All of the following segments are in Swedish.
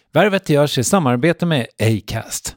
Värvet görs i samarbete med Acast.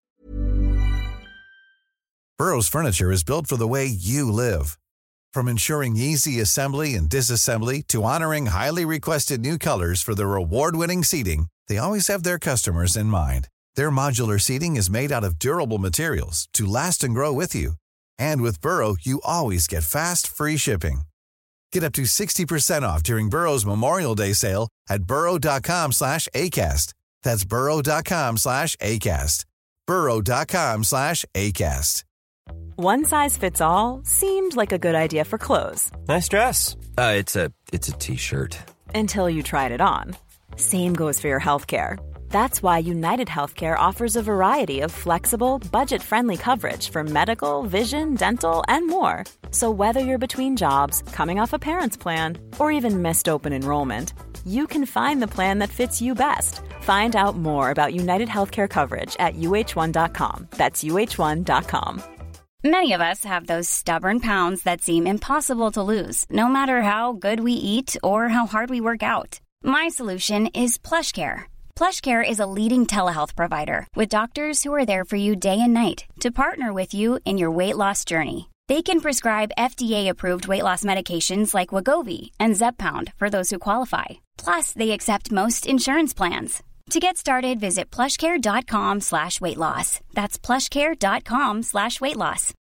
Burrow's furniture is built for the way you live. From ensuring easy assembly and disassembly to honoring highly requested new colors for their award-winning seating, they always have their customers in mind. Their modular seating is made out of durable materials to last and grow with you. And with Burrow, you always get fast, free shipping. Get up to 60% off during Burrow's Memorial Day sale at burrow.com/ACAST. That's burrow.com/ACAST. burrow.com/ACAST. One size fits all seemed like a good idea for clothes. Nice dress. It's a t-shirt. Until you tried it on. Same goes for your healthcare. That's why United Healthcare offers a variety of flexible, budget-friendly coverage for medical, vision, dental, and more. So whether you're between jobs, coming off a parent's plan, or even missed open enrollment, you can find the plan that fits you best. Find out more about United Healthcare coverage at uh1.com. That's uh1.com. Many of us have those stubborn pounds that seem impossible to lose, no matter how good we eat or how hard we work out. My solution is PlushCare. PlushCare is a leading telehealth provider with doctors who are there for you day and night to partner with you in your weight loss journey. They can prescribe FDA-approved weight loss medications like Wegovy and Zepbound for those who qualify. Plus, they accept most insurance plans. To get started, visit plushcare.com/weightloss. That's plushcare.com/weightloss.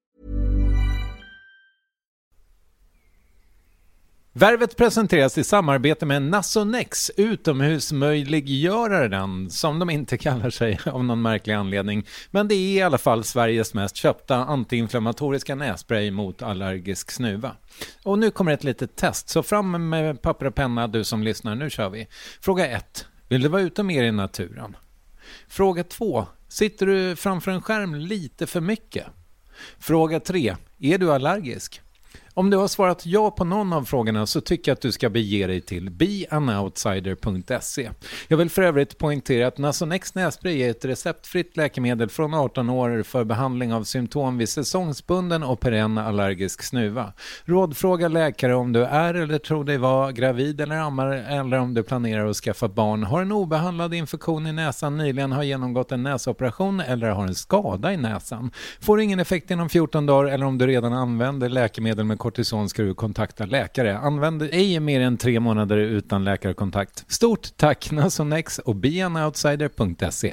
Värvet presenteras i samarbete med Nasonex, utomhusmöjliggöraren, som de inte kallar sig av någon märklig anledning. Men det är i alla fall Sveriges mest köpta antiinflammatoriska nässpray mot allergisk snuva. Och nu kommer ett litet test, så fram med papper och penna du som lyssnar, nu kör vi. Fråga 1. Vill du vara ute mer i naturen? Fråga 2. Sitter du framför en skärm lite för mycket? Fråga 3. Är du allergisk? Om du har svarat ja på någon av frågorna så tycker jag att du ska bege dig till beanoutsider.se. Jag vill för övrigt poängtera att Nasonex nässpray är ett receptfritt läkemedel från 18 år för behandling av symptom vid säsongsbunden och perenn allergisk snuva. Rådfråga läkare om du är eller tror dig vara gravid eller ammar, eller om du planerar att skaffa barn, har en obehandlad infektion i näsan, nyligen har genomgått en näsoperation eller har en skada i näsan. Får ingen effekt inom 14 dagar eller om du redan använder läkemedel med kortison ska du kontakta läkare. Använd ej mer än 3 månader utan läkarkontakt. Stort tack Nasonex och beanoutsider.se.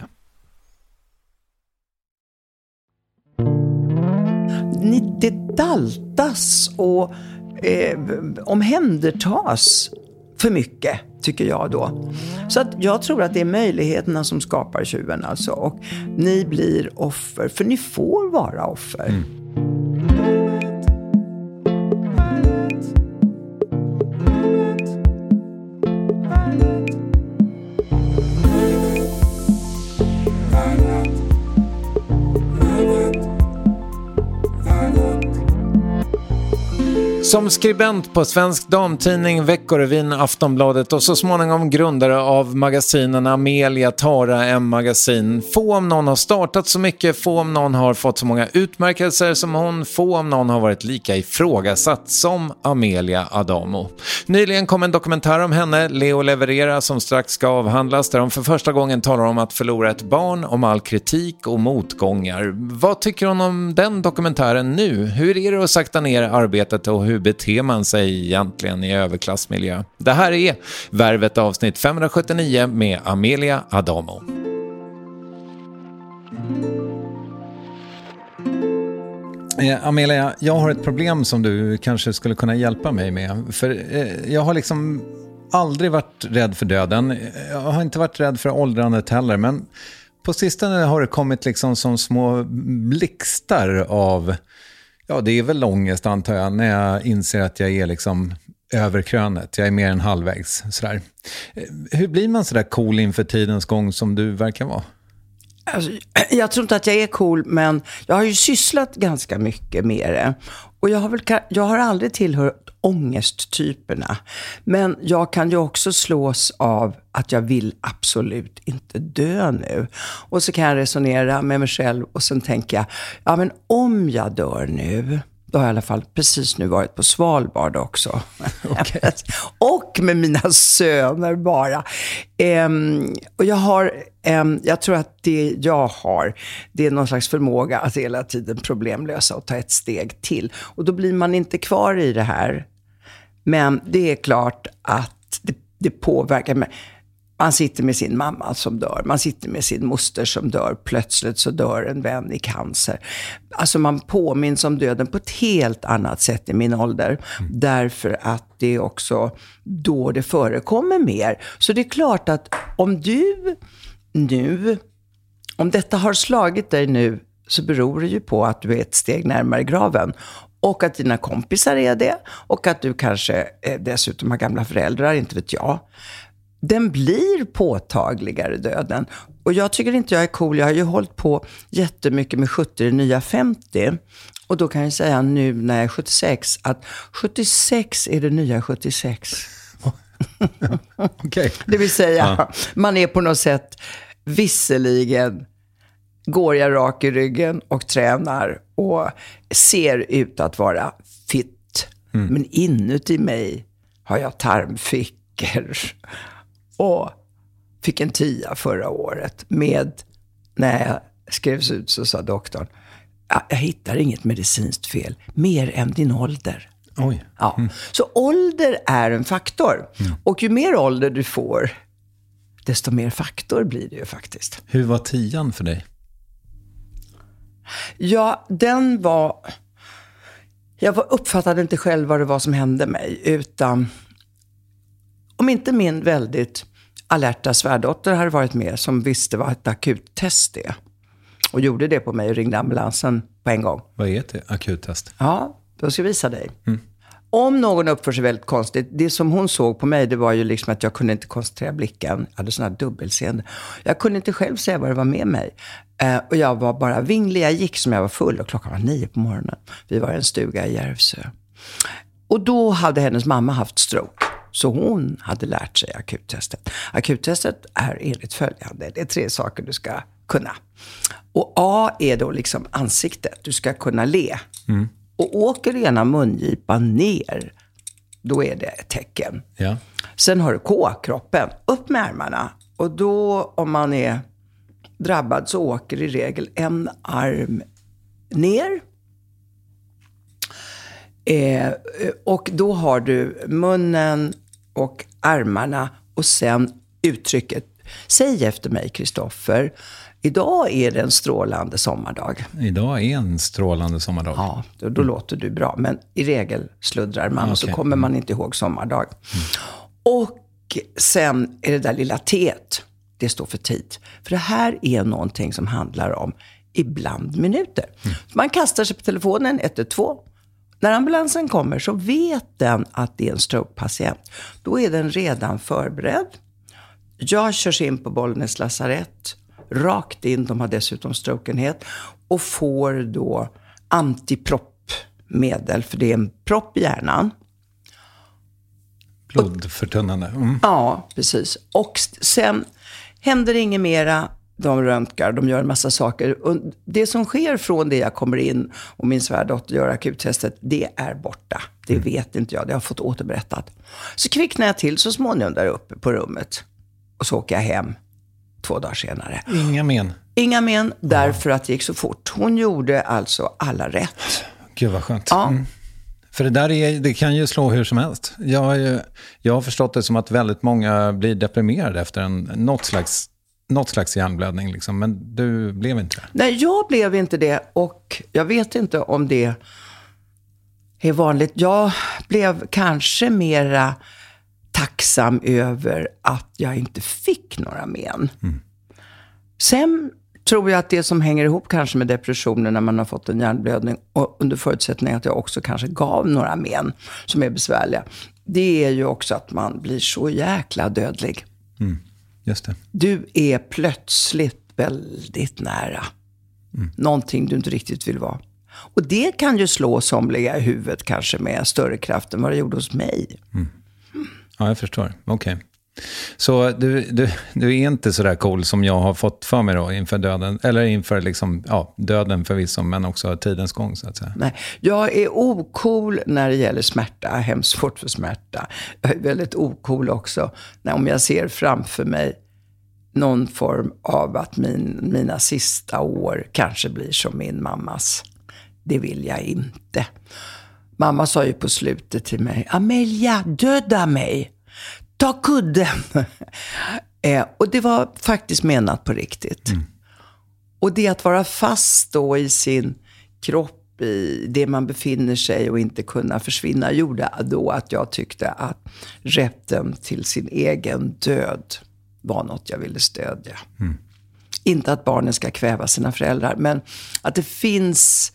Det daltas och omhändertas för mycket, tycker jag då. Så att jag tror att det är möjligheterna som skapar tjuven alltså. Och ni blir offer, för ni får vara offer. Som skribent på Svensk Damtidning, Veckorevyn, Aftonbladet och så småningom grundare av magasinen Amelia, Tara, M-magasin. Få om någon har startat så mycket, få om någon har fått så många utmärkelser som hon, få om någon har varit lika ifrågasatt som Amelia Adamo. Nyligen kom en dokumentär om henne, Leo leverera, som strax ska avhandlas, där hon för första gången talar om att förlora ett barn, om all kritik och motgångar. Vad tycker hon om den dokumentären nu? Hur är det att sakta ner arbetet och hur beter man sig egentligen i överklassmiljö? Det här är Värvet avsnitt 579 med Amelia Adamo. Amelia, jag har ett problem som du kanske skulle kunna hjälpa mig med. För jag har liksom aldrig varit rädd för döden. Jag har inte varit rädd för åldrandet heller, men på sistone har det kommit liksom som små blixtar av, ja, det är väl ångest antar jag, när jag inser att jag är liksom över krönet. Jag är mer än halvvägs sådär. Hur blir man sådär cool inför tidens gång som du verkar vara? Alltså, jag tror inte att jag är cool, men jag har ju sysslat ganska mycket med det. Och jag har aldrig tillhört ångesttyperna. Men jag kan ju också slås av att jag vill absolut inte dö nu. Och så kan jag resonera med mig själv och sen tänker jag, ja men om jag dör nu, Då har jag i alla fall precis nu varit på Svalbard också. Okay. Och med mina söner bara. Och jag tror att det jag har, det är någon slags förmåga att hela tiden problemlösa och ta ett steg till. Och då blir man inte kvar i det här. Men det är klart att det påverkar mig. Man sitter med sin mamma som dör. Man sitter med sin moster som dör. Plötsligt så dör en vän i cancer. Alltså man påminns om döden på ett helt annat sätt i min ålder. Därför att det är också då det förekommer mer. Så det är klart att om du nu, om detta har slagit dig nu, så beror det ju på att du är ett steg närmare graven. Och att dina kompisar är det. Och att du kanske dessutom har gamla föräldrar, inte vet jag. Den blir påtagligare, döden. Och jag tycker inte jag är cool. Jag har ju hållit på jättemycket med 70, det nya 50. Och då kan jag säga nu när jag är 76 att 76 är det nya 76. Okay. Det vill säga, man är på något sätt, visserligen går jag rak i ryggen och tränar och ser ut att vara fit. Men inuti mig har jag tarmfickor. Och fick en 10 förra året när jag skrevs ut så sa doktorn, jag hittar inget medicinskt fel, mer än din ålder. Oj. Ja. Så ålder är en faktor. Och ju mer ålder du får, desto mer faktor blir det ju faktiskt. Hur var 10 för dig? Ja, den var... Jag uppfattade inte själv vad det var som hände mig, utan... Om inte min väldigt alerta svärdotter hade varit med, som visste vad ett akuttest är, och gjorde det på mig och ringde ambulansen på en gång. Vad är det, akuttest? Ja, då ska jag visa dig. Om någon uppför sig väldigt konstigt, det som hon såg på mig, det var ju liksom att jag kunde inte koncentrera blicken. Jag hade sån här dubbelseende. Jag kunde inte själv säga vad det var med mig. Och jag var bara vinglig. Jag gick som jag var full och klockan var 9 på morgonen. Vi var i en stuga i Järvsö. Och då hade hennes mamma haft stroke. Så hon hade lärt sig akuttestet. Akuttestet är enligt följande. Det är 3 saker du ska kunna. Och A är då liksom ansiktet. Du ska kunna le. Och åker ena mungipan ner, då är det ett tecken. Ja. Sen har du K, kroppen. Upp med armarna. Och då, om man är drabbad, så åker i regel en arm ner. Och då har du munnen och armarna och sen uttrycket. Säg efter mig, Kristoffer. Idag är det en strålande sommardag. Idag är en strålande sommardag. Ja, då låter du bra. Men i regel sluddrar man och så kommer man inte ihåg sommardag. Och sen är det där lilla teet. Det står för tid. För det här är någonting som handlar om ibland minuter. Man kastar sig på telefonen 112. När ambulansen kommer så vet den att det är en strokepatient. Då är den redan förberedd. Jag körs in på Bollnäs lasarett. Rakt in, de har dessutom strokenhet. Och får då antiproppmedel, för det är en propp i hjärnan. Blodförtunnande. Ja, precis. Och sen händer inget mera. De röntgar, de gör en massa saker. Och det som sker från det jag kommer in och min svärdotter gör akuttestet, det är borta. Det vet inte jag, det har jag fått återberättat. Så kvicknar jag till så småningom där uppe på rummet. Och så åker jag hem 2 dagar senare. Inga men, därför att det gick så fort. Hon gjorde alltså alla rätt. Gud vad skönt. Ja. För det kan ju slå hur som helst. Jag har förstått det som att väldigt många blir deprimerade efter något slags hjärnblödning. Liksom. Men du blev inte det? Nej, jag blev inte det. Och jag vet inte om det är vanligt. Jag blev kanske mera tacksam över att jag inte fick några men. Sen tror jag att det som hänger ihop kanske med depressionen när man har fått en hjärnblödning, och under förutsättning att jag också kanske gav några men som är besvärliga, det är ju också att man blir så jäkla dödlig. Just det. Du är plötsligt väldigt nära någonting du inte riktigt vill vara. Och det kan ju slå somliga i huvudet kanske med större kraft än vad det gjorde hos mig. Ja, jag förstår. Okej. Så du är inte så där cool som jag har fått för mig då inför döden, eller inför liksom, döden förvisso, men också tidens gång så att säga. Nej, jag är ocool när det gäller smärta, hemskt svårt för smärta. Jag är väldigt ocool också om jag ser framför mig någon form av att mina sista år kanske blir som min mammas. Det vill jag inte. Mamma sa ju på slutet till mig: Amelia, döda mig. Ta kudden. Och det var faktiskt menat på riktigt. Och det att vara fast då i sin kropp, i det man befinner sig och inte kunna försvinna, gjorde då att jag tyckte att rätten till sin egen död var något jag ville stödja. Inte att barnen ska kväva sina föräldrar, men att det finns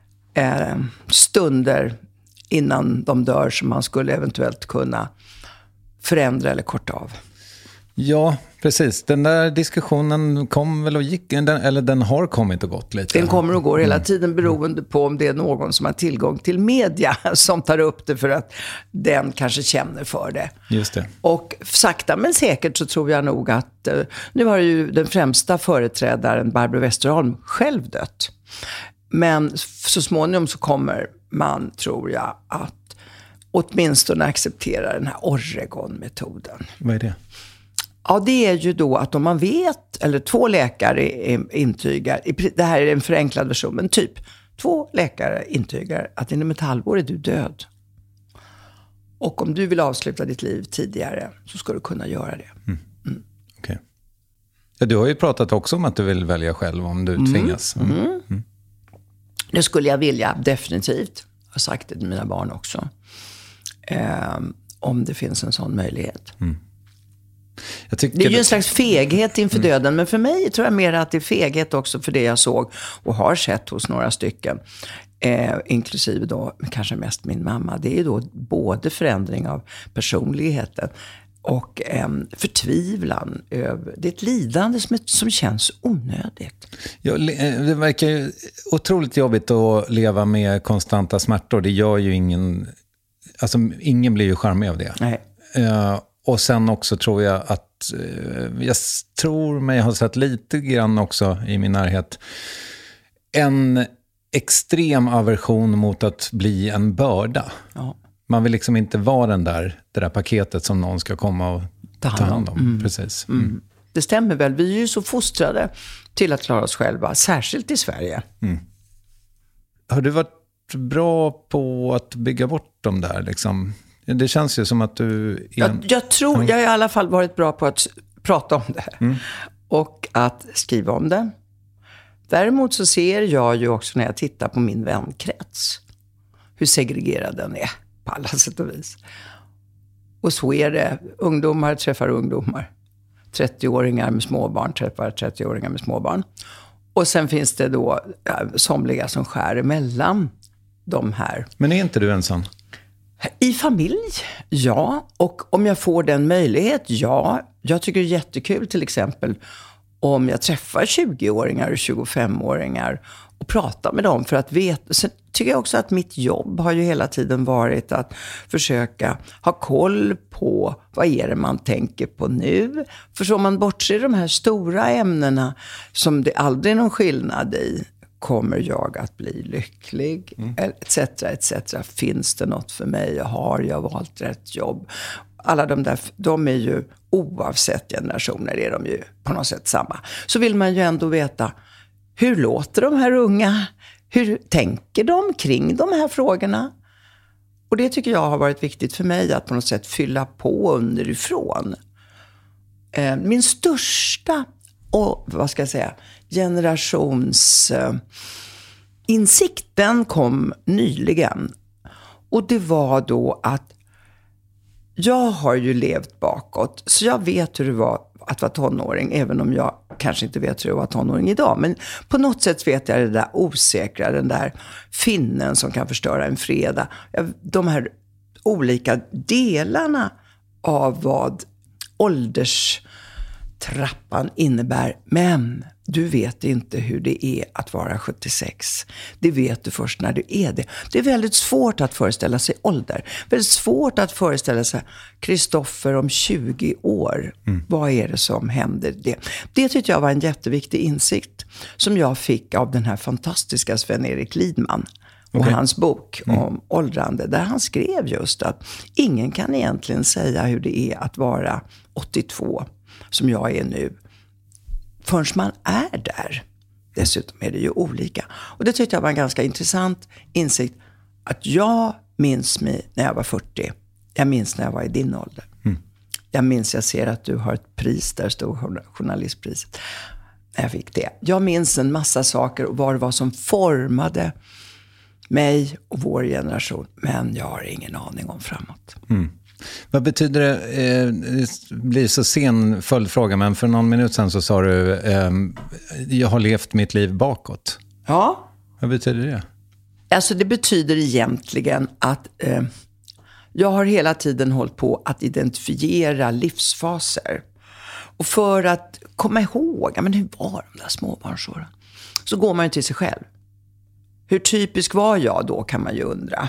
stunder innan de dör som man skulle eventuellt kunna förändra eller korta av. Ja, precis. Den där diskussionen kom väl och gick, eller den har kommit och gått lite. Den kommer och går hela tiden beroende på om det är någon som har tillgång till media som tar upp det för att den kanske känner för det. Just det. Och sakta men säkert så tror jag nog att nu har ju den främsta företrädaren Barbro Westerholm själv dött. Men så småningom så kommer man, tror jag, att åtminstone acceptera den här Oregon-metoden. Vad är det? Ja, det är ju då att om man vet, eller 2 läkare intygar, det här är en förenklad version, men typ 2 läkare intygar att inom ett halvår är du död. Och om du vill avsluta ditt liv tidigare så ska du kunna göra det. Okej. Ja, du har ju pratat också om att du vill välja själv om du tvingas. Det skulle jag vilja, definitivt. Jag har sagt det till mina barn också. Om det finns en sån möjlighet. Det är ju en slags feghet inför döden. Men för mig tror jag mer att det är feghet också för det jag såg och har sett hos några stycken. Inklusive då kanske mest min mamma. Det är ju då både förändring av personligheten och förtvivlan över det är ett lidande som känns onödigt. Ja, det verkar ju otroligt jobbigt att leva med konstanta smärtor. Det gör ju ingen blir ju charmig av det. Nej. Och sen också tror jag att jag tror mig ha sett lite grann också i min närhet en extrem aversion mot att bli en börda. Ja. Man vill liksom inte vara det där paketet som någon ska komma och ta hand om. Precis. Det stämmer väl. Vi är ju så fostrade till att klara oss själva, särskilt i Sverige. Har du varit bra på att bygga bort dem där liksom? Det känns ju som att du... Jag tror jag har i alla fall varit bra på att prata om det. Och att skriva om det. Däremot så ser jag ju också när jag tittar på min vänkrets hur segregerad den är på alla sätt och vis. Och så är det. Ungdomar träffar ungdomar. 30-åringar med småbarn träffar 30-åringar med småbarn. Och sen finns det då somliga som skär emellan de här. Men är inte du ensam? I familj, ja. Och om jag får den möjlighet, ja. Jag tycker det är jättekul till exempel om jag träffar 20-åringar och 25-åringar och pratar med dem för att veta. Sen tycker jag också att mitt jobb har ju hela tiden varit att försöka ha koll på vad är det man tänker på nu. För så om man bortser de här stora ämnena som det aldrig är någon skillnad i, kommer jag att bli lycklig? Etc, etc. Finns det något för mig? Har jag valt rätt jobb? Alla de där, de är ju oavsett generationer är de ju på något sätt samma. Så vill man ju ändå veta, hur låter de här unga? Hur tänker de kring de här frågorna? Och det tycker jag har varit viktigt för mig att på något sätt fylla på underifrån. Min största och generationsinsikten kom nyligen. Och det var då att jag har ju levt bakåt. Så jag vet hur det var att vara tonåring. Även om jag kanske inte vet hur det var tonåring idag. Men på något sätt vet jag det där osäkra. Den där finnen som kan förstöra en fredag. De här olika delarna av vad ålderstrend trappan innebär, men du vet inte hur det är att vara 76. Det vet du först när du är det. Det är väldigt svårt att föreställa sig ålder. Väldigt svårt att föreställa sig Kristoffer om 20 år. Vad är det som händer? Det tyckte jag var en jätteviktig insikt som jag fick av den här fantastiska Sven-Erik Lidman. Och hans bok om åldrande, där han skrev just att ingen kan egentligen säga hur det är att vara 82, som jag är nu, förrän man är där. Dessutom är det ju olika. Och det tyckte jag var en ganska intressant insikt, att jag minns mig när jag var 40. Jag minns när jag var i din ålder. Jag minns, jag ser att du har ett pris, där stod journalistpriset. Jag fick det. Jag minns en massa saker och vad det var som formade mig och vår generation. Men jag har ingen aning om framåt. Vad betyder det? Det blir så sen följdfråga, men för någon minut sedan så sa du jag har levt mitt liv bakåt. Ja. Vad betyder det? Alltså det betyder egentligen att jag har hela tiden hållit på att identifiera livsfaser. Och för att komma ihåg, men hur var de där småbarnsåren? Så går man ju till sig själv. Hur typisk var jag då, kan man ju undra.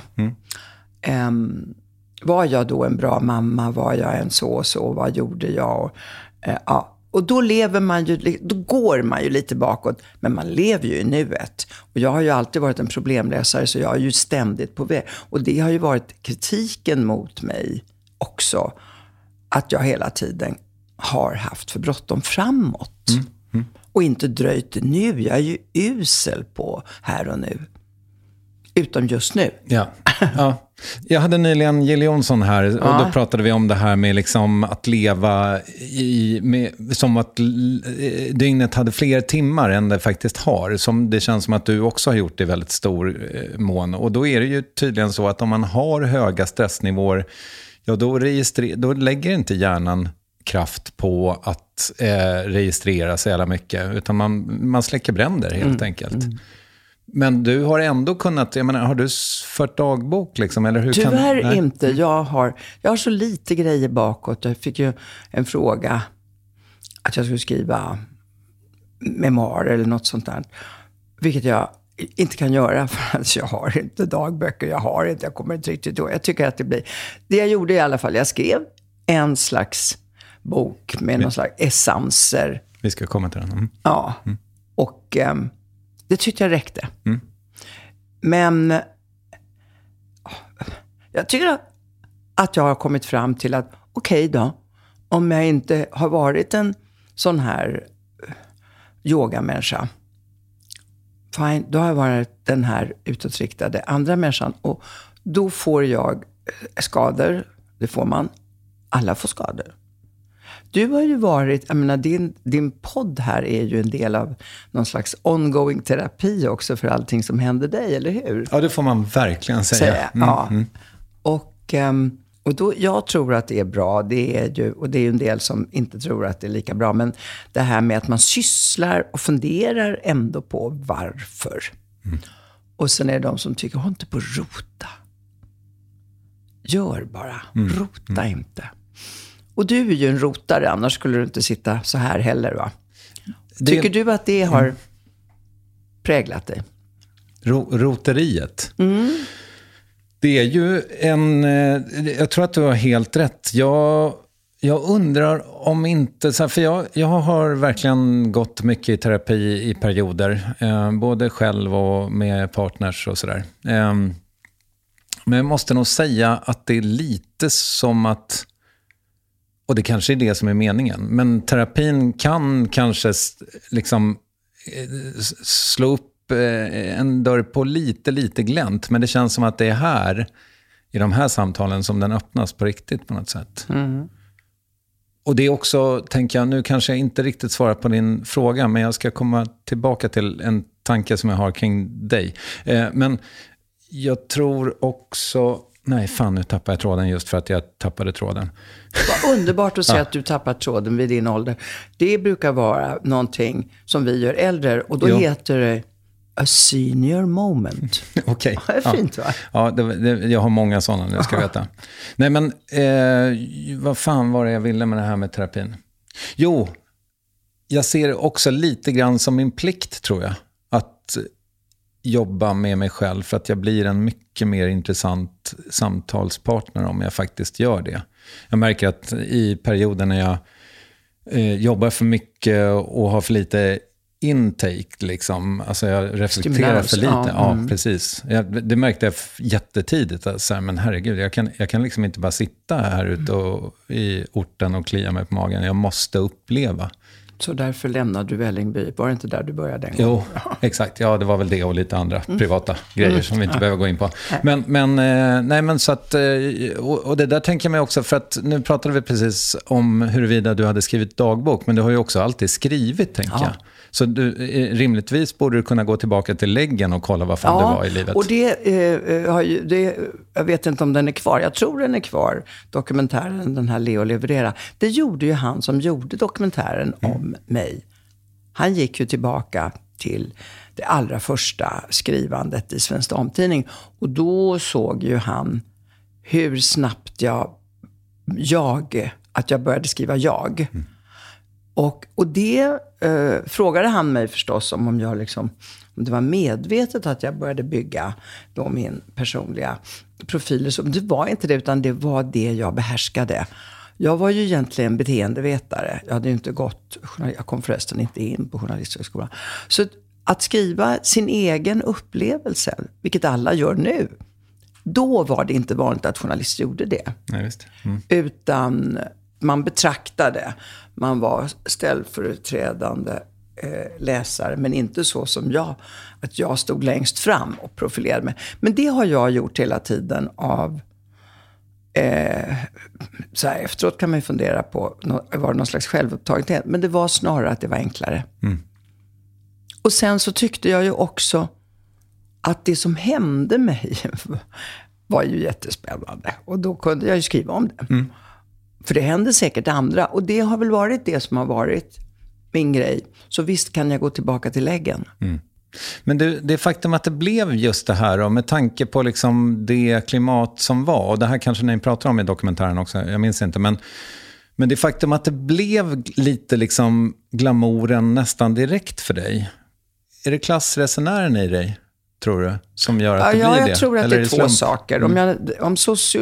Var jag då en bra mamma? Var jag en så och så? Vad gjorde jag? Och då lever man ju, då går man ju lite bakåt. Men man lever ju i nuet. Och jag har ju alltid varit en problemlösare, så jag är ju ständigt på väg. Och det har ju varit kritiken mot mig också. Att jag hela tiden har haft för bråttom framåt. Och inte dröjt nu. Jag är ju usel på här och nu. Utom just nu. Ja. Jag hade nyligen Jill Johnson här och då pratade vi om det här med liksom att leva som att dygnet hade fler timmar än det faktiskt har. Som det känns som att du också har gjort i väldigt stor mån. Och då är det ju tydligen så att om man har höga stressnivåer, ja då lägger inte hjärnan kraft på att registrera sig alla mycket, utan man släcker bränder helt enkelt. Men du har ändå kunnat, jag menar, har du fört dagbok liksom, eller hur? Tyvärr inte. Jag har så lite grejer bakåt. Jag fick ju en fråga att jag skulle skriva memoarer eller något sånt där. Vilket jag inte kan göra, för att jag har inte dagböcker. Jag kommer inte riktigt ihåg. Jag tycker att det jag gjorde i alla fall, jag skrev en slags bok med någon slags essenser. Vi ska komma till den. Ja. Och det tyckte jag räckte. Men jag tycker att jag har kommit fram till att okej då, om jag inte har varit en sån här yogamänniska, fine, då har jag varit den här utåtriktade andra människan, och då får jag skador. Det får man. Alla får skador. Du har ju varit, jag menar, din podd här är ju en del av någon slags ongoing terapi också för allting som händer dig, eller hur? Ja, det får man verkligen säga. Ja. Och då, jag tror att det är bra, det är ju en del som inte tror att det är lika bra, men det här med att man sysslar och funderar ändå på varför. Och sen är det de som tycker, håll inte på att rota. Gör bara, rota inte. Och du är ju en rotare, annars skulle du inte sitta så här heller, va? Tycker du att det har präglat dig? Roteriet? Det är ju jag tror att du har helt rätt. Jag undrar om inte, för jag har verkligen gått mycket i terapi i perioder. Både själv och med partners och sådär. Men jag måste nog säga att det är lite som att, och det kanske är det som är meningen, men terapin kan kanske liksom slå upp en dörr på lite glänt, men det känns som att det är här i de här samtalen som den öppnas på riktigt på något sätt. Och det är också, tänker jag, nu kanske jag inte riktigt svarar på din fråga, men jag ska komma tillbaka till en tanke som jag har kring dig. Men jag tror också, nej fan, nu tappar jag tråden just för att jag tappade tråden. Vad underbart att se att du tappar tråden vid din ålder. Det brukar vara någonting som vi gör äldre, och då heter det a senior moment. Okej. Det är fint, va? Ja, jag har många sådana nu, ska jag veta. Nej, men vad fan var det jag ville med det här med terapin? Jo, jag ser det också lite grann som min plikt, tror jag. Att jobba med mig själv, för att jag blir en mycket mer intressant samtalspartner om jag faktiskt gör det. Jag märker att i perioder när jag jobbar för mycket och har för lite intake, liksom. Alltså jag reflekterar för lite. Ja, precis. Det märkte jag jättetidigt. Alltså, men herregud, jag kan liksom inte bara sitta här ute i orten och klia mig på magen. Jag måste uppleva. Så därför lämnade du Vällingby. Var det inte där du började den gången? Jo, exakt. Ja, det var väl det och lite andra privata grejer som vi inte behöver gå in på. Men så att, och det där tänker jag mig också, för att nu pratade vi precis om huruvida du hade skrivit dagbok, men du har ju också alltid skrivit, tänker jag. Så rimligtvis borde du kunna gå tillbaka till läggen och kolla vad fan det var i livet. Och jag vet inte om den är kvar. Jag tror den är kvar, dokumentären, den här Leo leverera. Det gjorde ju han som gjorde dokumentären om mig. Han gick ju tillbaka till det allra första skrivandet i Svensk Damtidning. Och då såg ju han hur snabbt att jag började skriva jag. Och det frågade han mig förstås om jag liksom, om det var medvetet att jag började bygga då min personliga profil. Så det var inte det, utan det var det jag behärskade. Jag var ju egentligen beteendevetare. Jag hade ju inte jag kom förresten inte in på journalisthögskolan. Så att skriva sin egen upplevelse, vilket alla gör nu, då var det inte vanligt att journalister gjorde det. Nej, visst. Utan man betraktade, man var ställföreträdande läsare, men inte så som jag, att jag stod längst fram och profilerade mig. Men det har jag gjort hela tiden av så här, efteråt kan man ju fundera på, var det någon slags självupptagenhet, men det var snarare att det var enklare. Och sen så tyckte jag ju också att det som hände mig var ju jättespännande, och då kunde jag ju skriva om det. För det hände säkert andra. Och det har väl varit det som har varit min grej. Så visst kan jag gå tillbaka till läggen. Men det faktum att det blev just det här då, med tanke på liksom det klimat som var. Och det här kanske ni pratar om i dokumentären också. Jag minns inte. Men det faktum att det blev lite liksom glamouren nästan direkt för dig. Är det klassresenären i dig, tror du, som gör att det blir det? Jag tror att eller det är två saker. Om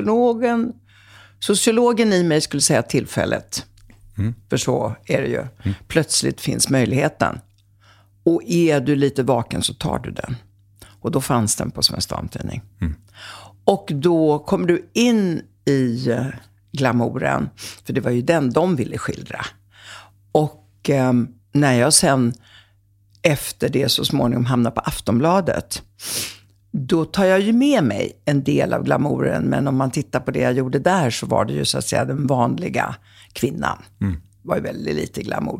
sociologen i mig skulle säga tillfället. För så är det ju. Plötsligt finns möjligheten. Och är du lite vaken så tar du den. Och då fanns den på Svensk Damtidning. Och då kommer du in i glamouren. För det var ju den de ville skildra. Och när jag sen efter det så småningom hamnar på Aftonbladet, då tar jag ju med mig en del av glamouren. Men om man tittar på det jag gjorde där, så var det ju så att säga den vanliga kvinnan. Det var ju väldigt lite glamour.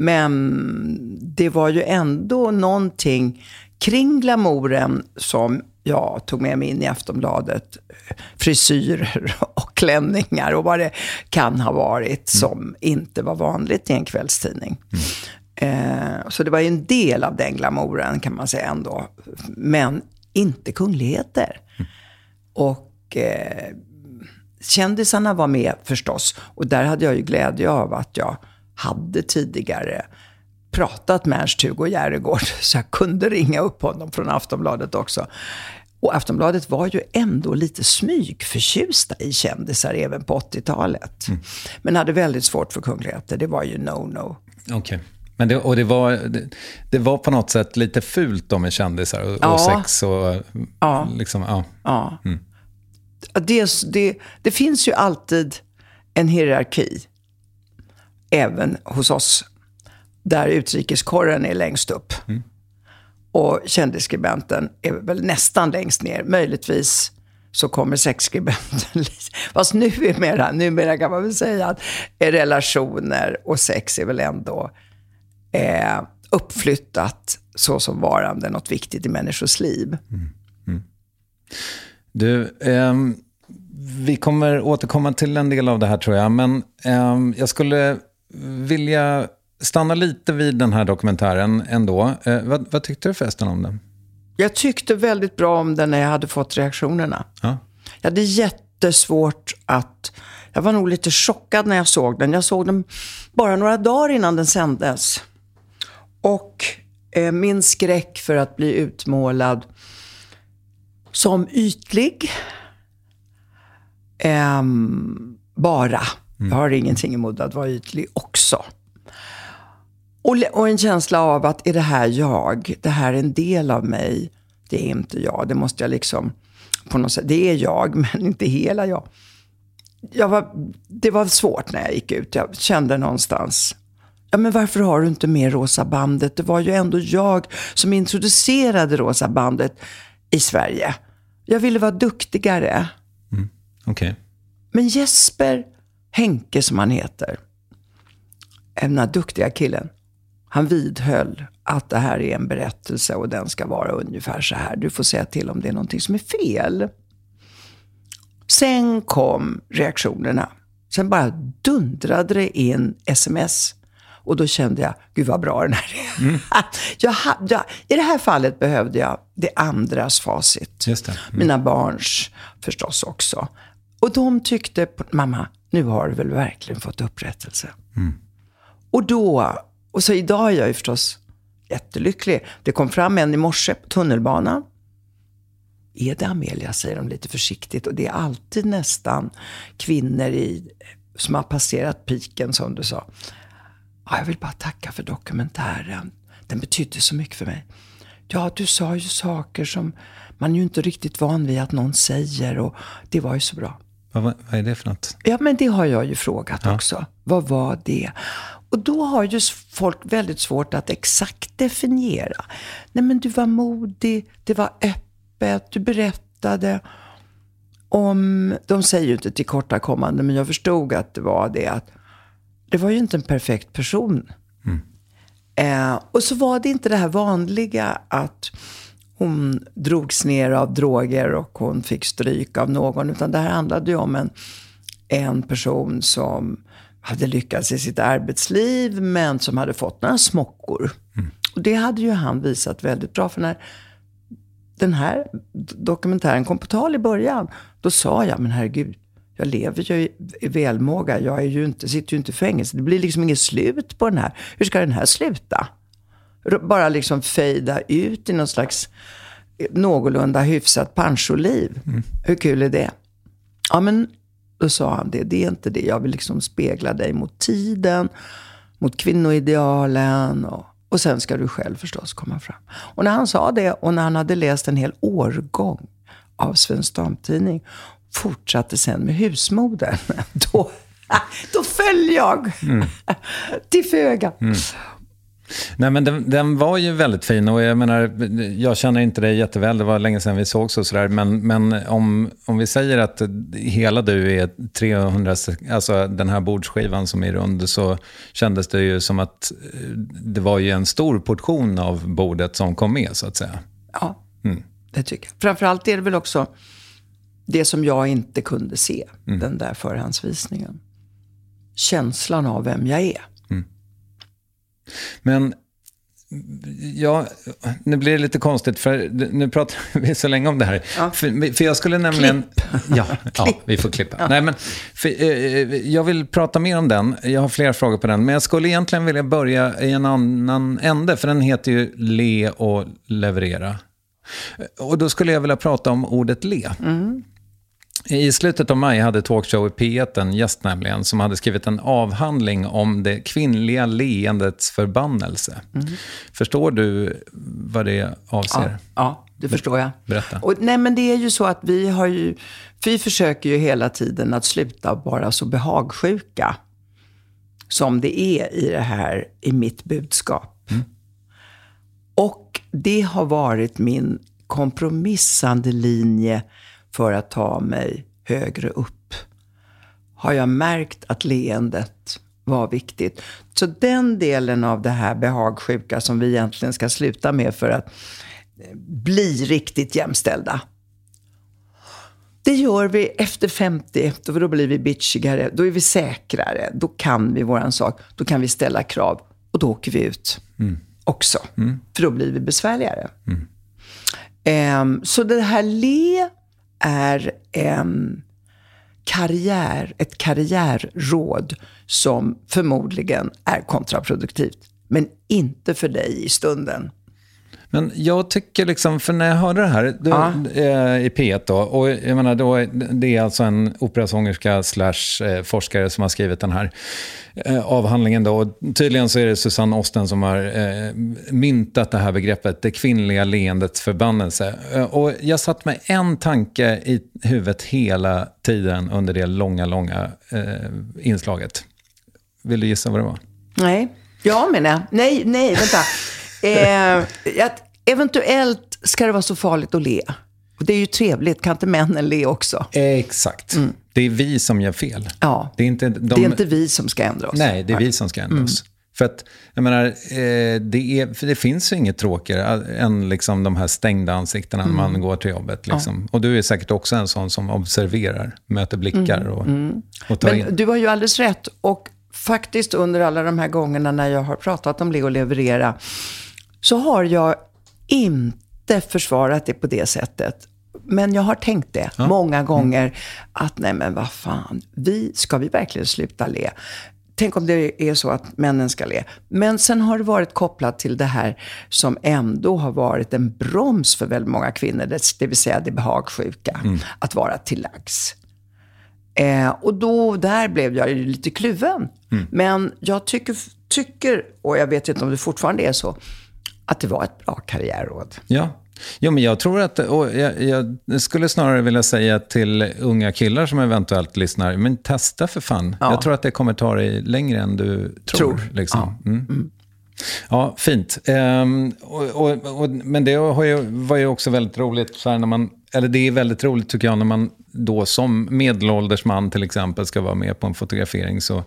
Men det var ju ändå någonting kring glamouren som jag tog med mig in i Aftonbladet. Frisyrer och klänningar och vad det kan ha varit som inte var vanligt i en kvällstidning. Så det var ju en del av den glamouren, kan man säga ändå. Men inte kungligheter. Och kändisarna var med förstås. Och där hade jag ju glädje av att jag hade tidigare pratat med Ernst-Hugo Järegård. Så jag kunde ringa upp honom från Aftonbladet också. Och Aftonbladet var ju ändå lite smygförtjusta i kändisar även på 80-talet. Men hade väldigt svårt för kungligheter. Det var ju no-no. Okej. Men det var på något sätt lite fult då med kändisar och sex och liksom, Det finns ju alltid en hierarki även hos oss, där utrikeskorren är längst upp och kändisskribenten är väl nästan längst ner. Möjligtvis så kommer sexskribenten fast numera kan man väl säga att relationer och sex är väl ändå uppflyttat så som varande något viktigt i människors liv. Du, vi kommer återkomma till en del av det här, tror jag. Men jag skulle vilja stanna lite vid den här dokumentären ändå. Vad tyckte du förresten om den? Jag tyckte väldigt bra om den när jag hade fått reaktionerna. Ja. Jag hade jättesvårt att... Jag var nog lite chockad när jag såg den. Jag såg den bara några dagar innan den sändes. Och min skräck för att bli utmålad som ytlig. Bara. Jag har ingenting emot att vara ytlig också. Och en känsla av att är det här jag? Det här är en del av mig. Det är inte jag. Det måste jag liksom på något sätt. Det är jag, men inte hela jag. Det var svårt när jag gick ut. Jag kände någonstans. Ja, men varför har du inte med Rosa bandet? Det var ju ändå jag som introducerade Rosa bandet i Sverige. Jag ville vara duktigare. Okej. Men Jesper Henke, som han heter, den här duktiga killen, han vidhöll att det här är en berättelse och den ska vara ungefär så här. Du får säga till om det är någonting som är fel. Sen kom reaktionerna. Sen bara dundrade det in sms. Och då kände jag, gud vad bra den här är. I det här fallet behövde jag det andras facit. Just det. Mina barns förstås också. Och de tyckte, mamma, nu har du väl verkligen fått upprättelse. Och så idag är jag ju förstås jättelycklig. Det kom fram en i morse på tunnelbanan. Är det Amelia, säger de lite försiktigt. Och det är alltid nästan kvinnor som har passerat piken, som du sa. Ja, jag vill bara tacka för dokumentären. Den betydde så mycket för mig. Ja, du sa ju saker som man ju inte riktigt van vid att någon säger. Och det var ju så bra. Vad är det för något? Ja, men det har jag ju frågat också. Vad var det? Och då har ju folk väldigt svårt att exakt definiera. Nej, men du var modig. Det var öppet. Du berättade om... De säger ju inte tillkortakommande, men jag förstod att det var det. Att det var ju inte en perfekt person. Och så var det inte det här vanliga att hon drogs ner av droger och hon fick stryk av någon. Utan det här handlade ju om en person som hade lyckats i sitt arbetsliv men som hade fått några smockor. Och det hade ju han visat väldigt bra. För när den här dokumentären kom på tal i början, då sa jag, men herregud, jag lever ju i välmåga. Jag är ju sitter ju inte i fängelse. Det blir liksom inget slut på den här. Hur ska den här sluta? Bara liksom fejda ut i någon slags någorlunda hyfsat pensioliv. Hur kul är det? Ja, men då sa han det är inte det. Jag vill liksom spegla dig mot tiden, mot kvinnoidealen och sen ska du själv förstås komma fram. Och när han sa det och när han hade läst en hel årgång av Svensk Damtidning, fortsatte sen med husmodern, då föll jag till föga. Nej, men den var ju väldigt fin och jag menar, jag känner inte det jätteväl, det var länge sedan vi såg så sådär, men om vi säger att hela du är 300, alltså den här bordsskivan som är rund, så kändes det ju som att det var ju en stor portion av bordet som kom med, så att säga. Ja, det tycker jag. Framförallt är det väl också det som jag inte kunde se, den där förhandsvisningen. Känslan av vem jag är. Men ja, nu blir det lite konstigt för nu pratar vi så länge om det här. Ja. För jag skulle nämligen... Ja, vi får klippa. Ja. Nej, men jag vill prata mer om den. Jag har flera frågor på den. Men jag skulle egentligen vilja börja i en annan ände. För den heter ju Le och leverera. Och då skulle jag vilja prata om ordet le. I slutet av maj hade Talkshow i P1 en gäst nämligen som hade skrivit en avhandling om det kvinnliga leendets förbannelse. Förstår du vad det avser? Ja, det förstår jag. Berätta. Och, nej, men det är ju så att vi försöker ju hela tiden att sluta vara så behagsjuka som det är i det här, i mitt budskap. Och det har varit min kompromissande linje för att ta mig högre upp. Har jag märkt att leendet var viktigt. Så den delen av det här behagsjuka som vi egentligen ska sluta med för att bli riktigt jämställda. Det gör vi efter 50, då blir vi bitchigare, då är vi säkrare, då kan vi våran sak, då kan vi ställa krav och då åker vi ut också. För då blir vi besvärligare. Så det här är ett karriärråd som förmodligen är kontraproduktivt. men inte för dig i stunden. Men jag tycker liksom, för när jag hörde det här i P1 då, och jag menar då, det är alltså en operasångerska / forskare som har skrivit den här avhandlingen då, och tydligen så är det Susanne Osten som har myntat det här begreppet, det kvinnliga leendets förbannelse. Och jag satt med en tanke i huvudet hela tiden under det långa inslaget. Vill du gissa vad det var? Nej, jag menar, nej, vänta. Eventuellt ska det vara så farligt att le. Och det är ju trevligt, kan inte männen le också? Exakt. Det är vi som gör fel. Ja. Det är inte vi som ska ändra oss. Nej, det är vi som ska ändra oss. För att, jag menar, det finns ju inget tråkigare än liksom de här stängda ansiktena när man går till jobbet. Liksom. Och du är säkert också en sån som observerar, möter blickar och tar in. Men du har ju alldeles rätt. Och faktiskt under alla de här gångerna när jag har pratat om le och leverera, så har jag inte försvarat det på det sättet. Men jag har tänkt det många gånger att nej men vad fan, ska vi verkligen sluta le? Tänk om det är så att männen ska le. Men sen har det varit kopplat till det här som ändå har varit en broms för väldigt många kvinnor. Det vill säga det behagsjuka. Att vara till lags. Och då där blev jag lite kluven. Men jag tycker, och jag vet inte om det fortfarande är så, att det var ett bra karriärråd. Ja, men jag tror att, och jag skulle snarare vilja säga till unga killar som eventuellt lyssnar, men testa för fan. Ja. Jag tror att det kommer ta dig längre än du tror. Liksom. Ja, fint. Men det var ju också väldigt roligt så här när man, eller det är väldigt roligt tycker jag, när man då som medelålders man till exempel ska vara med på en fotografering, så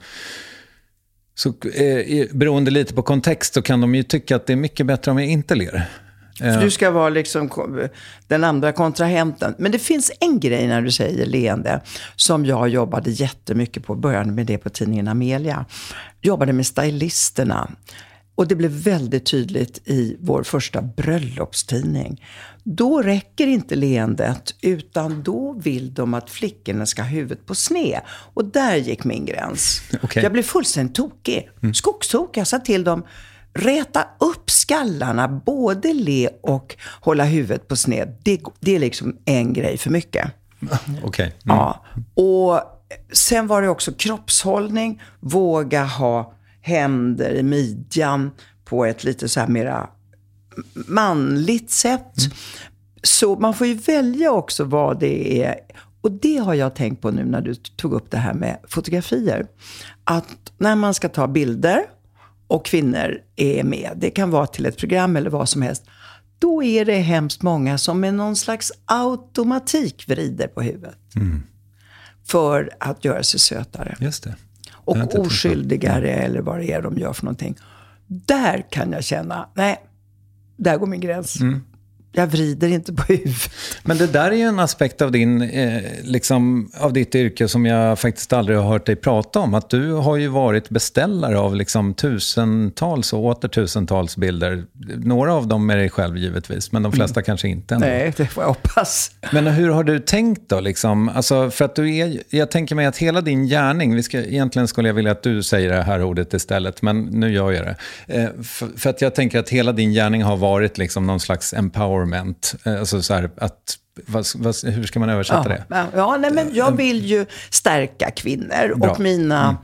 beroende lite på kontext så kan de ju tycka att det är mycket bättre om jag inte ler. För du ska vara liksom den andra kontrahenten. Men det finns en grej när du säger leende som jag jobbade jättemycket på. Började med det på tidningen Amelia. Jobbade med stylisterna. Och det blev väldigt tydligt i vår första bröllopstidning. Då räcker inte leendet, utan då vill de att flickorna ska ha huvudet på sned. Och där gick min gräns. Okay. Jag blev fullständigt tokig. Skogstokig. Jag sa till dem, räta upp skallarna, både le och hålla huvudet på sned. Det är liksom en grej för mycket. Okay. Ja. Och sen var det också kroppshållning. Våga ha händer i midjan på ett lite så här mera manligt sätt. Så man får ju välja också vad det är. Och det har jag tänkt på nu när du tog upp det här med fotografier. Att när man ska ta bilder och kvinnor är med, det kan vara till ett program eller vad som helst, då är det hemskt många som med någon slags automatik vrider på huvudet. För att göra sig sötare. Just det. Och oskyldigare eller vad det är de gör för någonting. Där kan jag känna, nej, där går min gräns. Jag vrider inte på huvudet. Men det där är ju en aspekt av av ditt yrke som jag faktiskt aldrig har hört dig prata om. Att du har ju varit beställare av liksom tusentals och åter tusentals bilder. Några av dem är dig själv givetvis, men de flesta kanske inte ändå. Nej, det får jag hoppas. Men hur har du tänkt då? Liksom? Alltså, för att jag tänker mig att hela din gärning, egentligen skulle jag vilja att du säger det här ordet istället, men nu gör jag det. För att jag tänker att hela din gärning har varit liksom någon slags empowerment. Alltså så här, att, hur ska man översätta det? Ja, nej, men jag vill ju stärka kvinnor. Bra. Och mina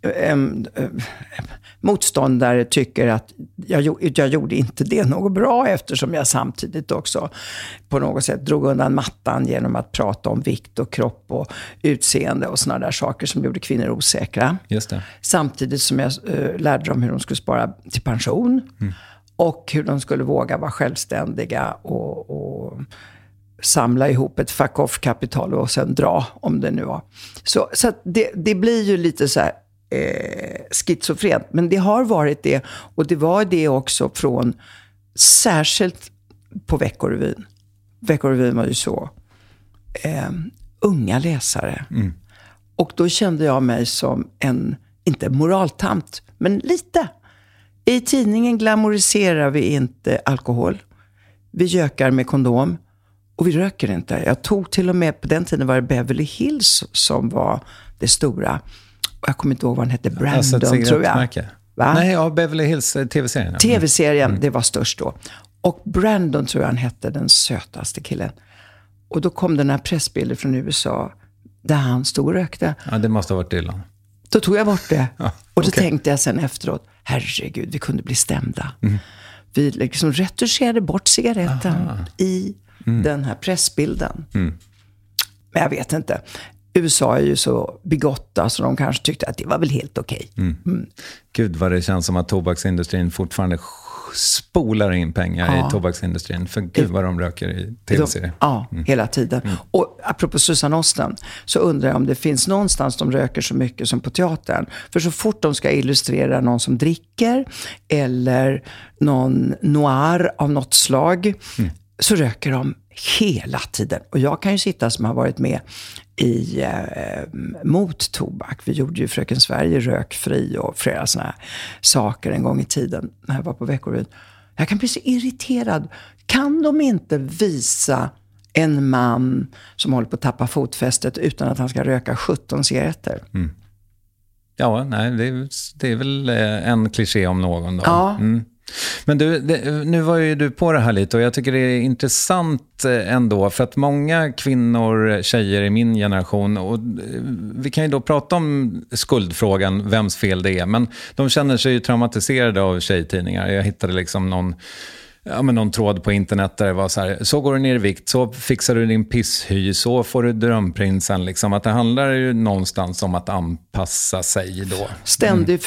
motståndare tycker att jag gjorde inte det något bra, eftersom jag samtidigt också på något sätt drog undan mattan genom att prata om vikt och kropp och utseende och såna där saker som gjorde kvinnor osäkra. Just det. Samtidigt som jag lärde dem hur de skulle spara till pension. Och hur de skulle våga vara självständiga och samla ihop ett fuck-off-kapital och sen dra, om det nu var. Så att det blir ju lite så här schizofrent. Men det har varit det. Och det var det också från, särskilt på Veckorevyn. Veckorevyn var ju så unga läsare. Och då kände jag mig som inte moraltant, men lite. I tidningen glamoriserar vi inte alkohol. Vi gökar med kondom. Och vi röker inte. Jag tog till och med, på den tiden var det Beverly Hills som var det stora. Och jag kommer inte ihåg vad den hette. Brandon, tror jag. Va? Nej, ja, Beverly Hills tv-serien. Ja. Tv-serien, det var störst då. Och Brandon tror jag han hette, den sötaste killen. Och då kom den här pressbilder från USA där han stod och rökte. Ja, det måste ha varit Dylan. Då tog jag bort det. Ja, och då tänkte jag sen efteråt, herregud, vi kunde bli stämda. Vi liksom retuscherade bort cigaretten i den här pressbilden. Men jag vet inte. USA är ju så bigotta så de kanske tyckte att det var väl helt okej. Gud vad det känns som att tobaksindustrin fortfarande spolar in pengar i tobaksindustrin. För gud vad de röker i tv-serier. Ja, hela tiden. Och apropå Susan Osten så undrar jag om det finns någonstans de röker så mycket som på teatern. För så fort de ska illustrera någon som dricker eller någon noir av något slag så röker de hela tiden. Och jag kan ju sitta som har varit med i mot tobak. Vi gjorde ju Fröken Sverige rökfri och flera såna här saker en gång i tiden när jag var på Veckorevyn. Jag kan bli så irriterad. Kan de inte visa en man som håller på att tappa fotfästet utan att han ska röka 17 cigaretter? Ja, nej, det är väl en kliché om någon då. Ja. Men du, nu var ju du på det här lite och jag tycker det är intressant ändå för att många kvinnor, tjejer i min generation, och vi kan ju då prata om skuldfrågan, vems fel det är, men de känner sig ju traumatiserade av tjejtidningar. Jag hittade liksom någon tråd på internet där det var så här: så går du ner i vikt, så fixar du din pisshy, så får du drömprinsen liksom. Att det handlar ju någonstans om att anpassa sig då. Ständig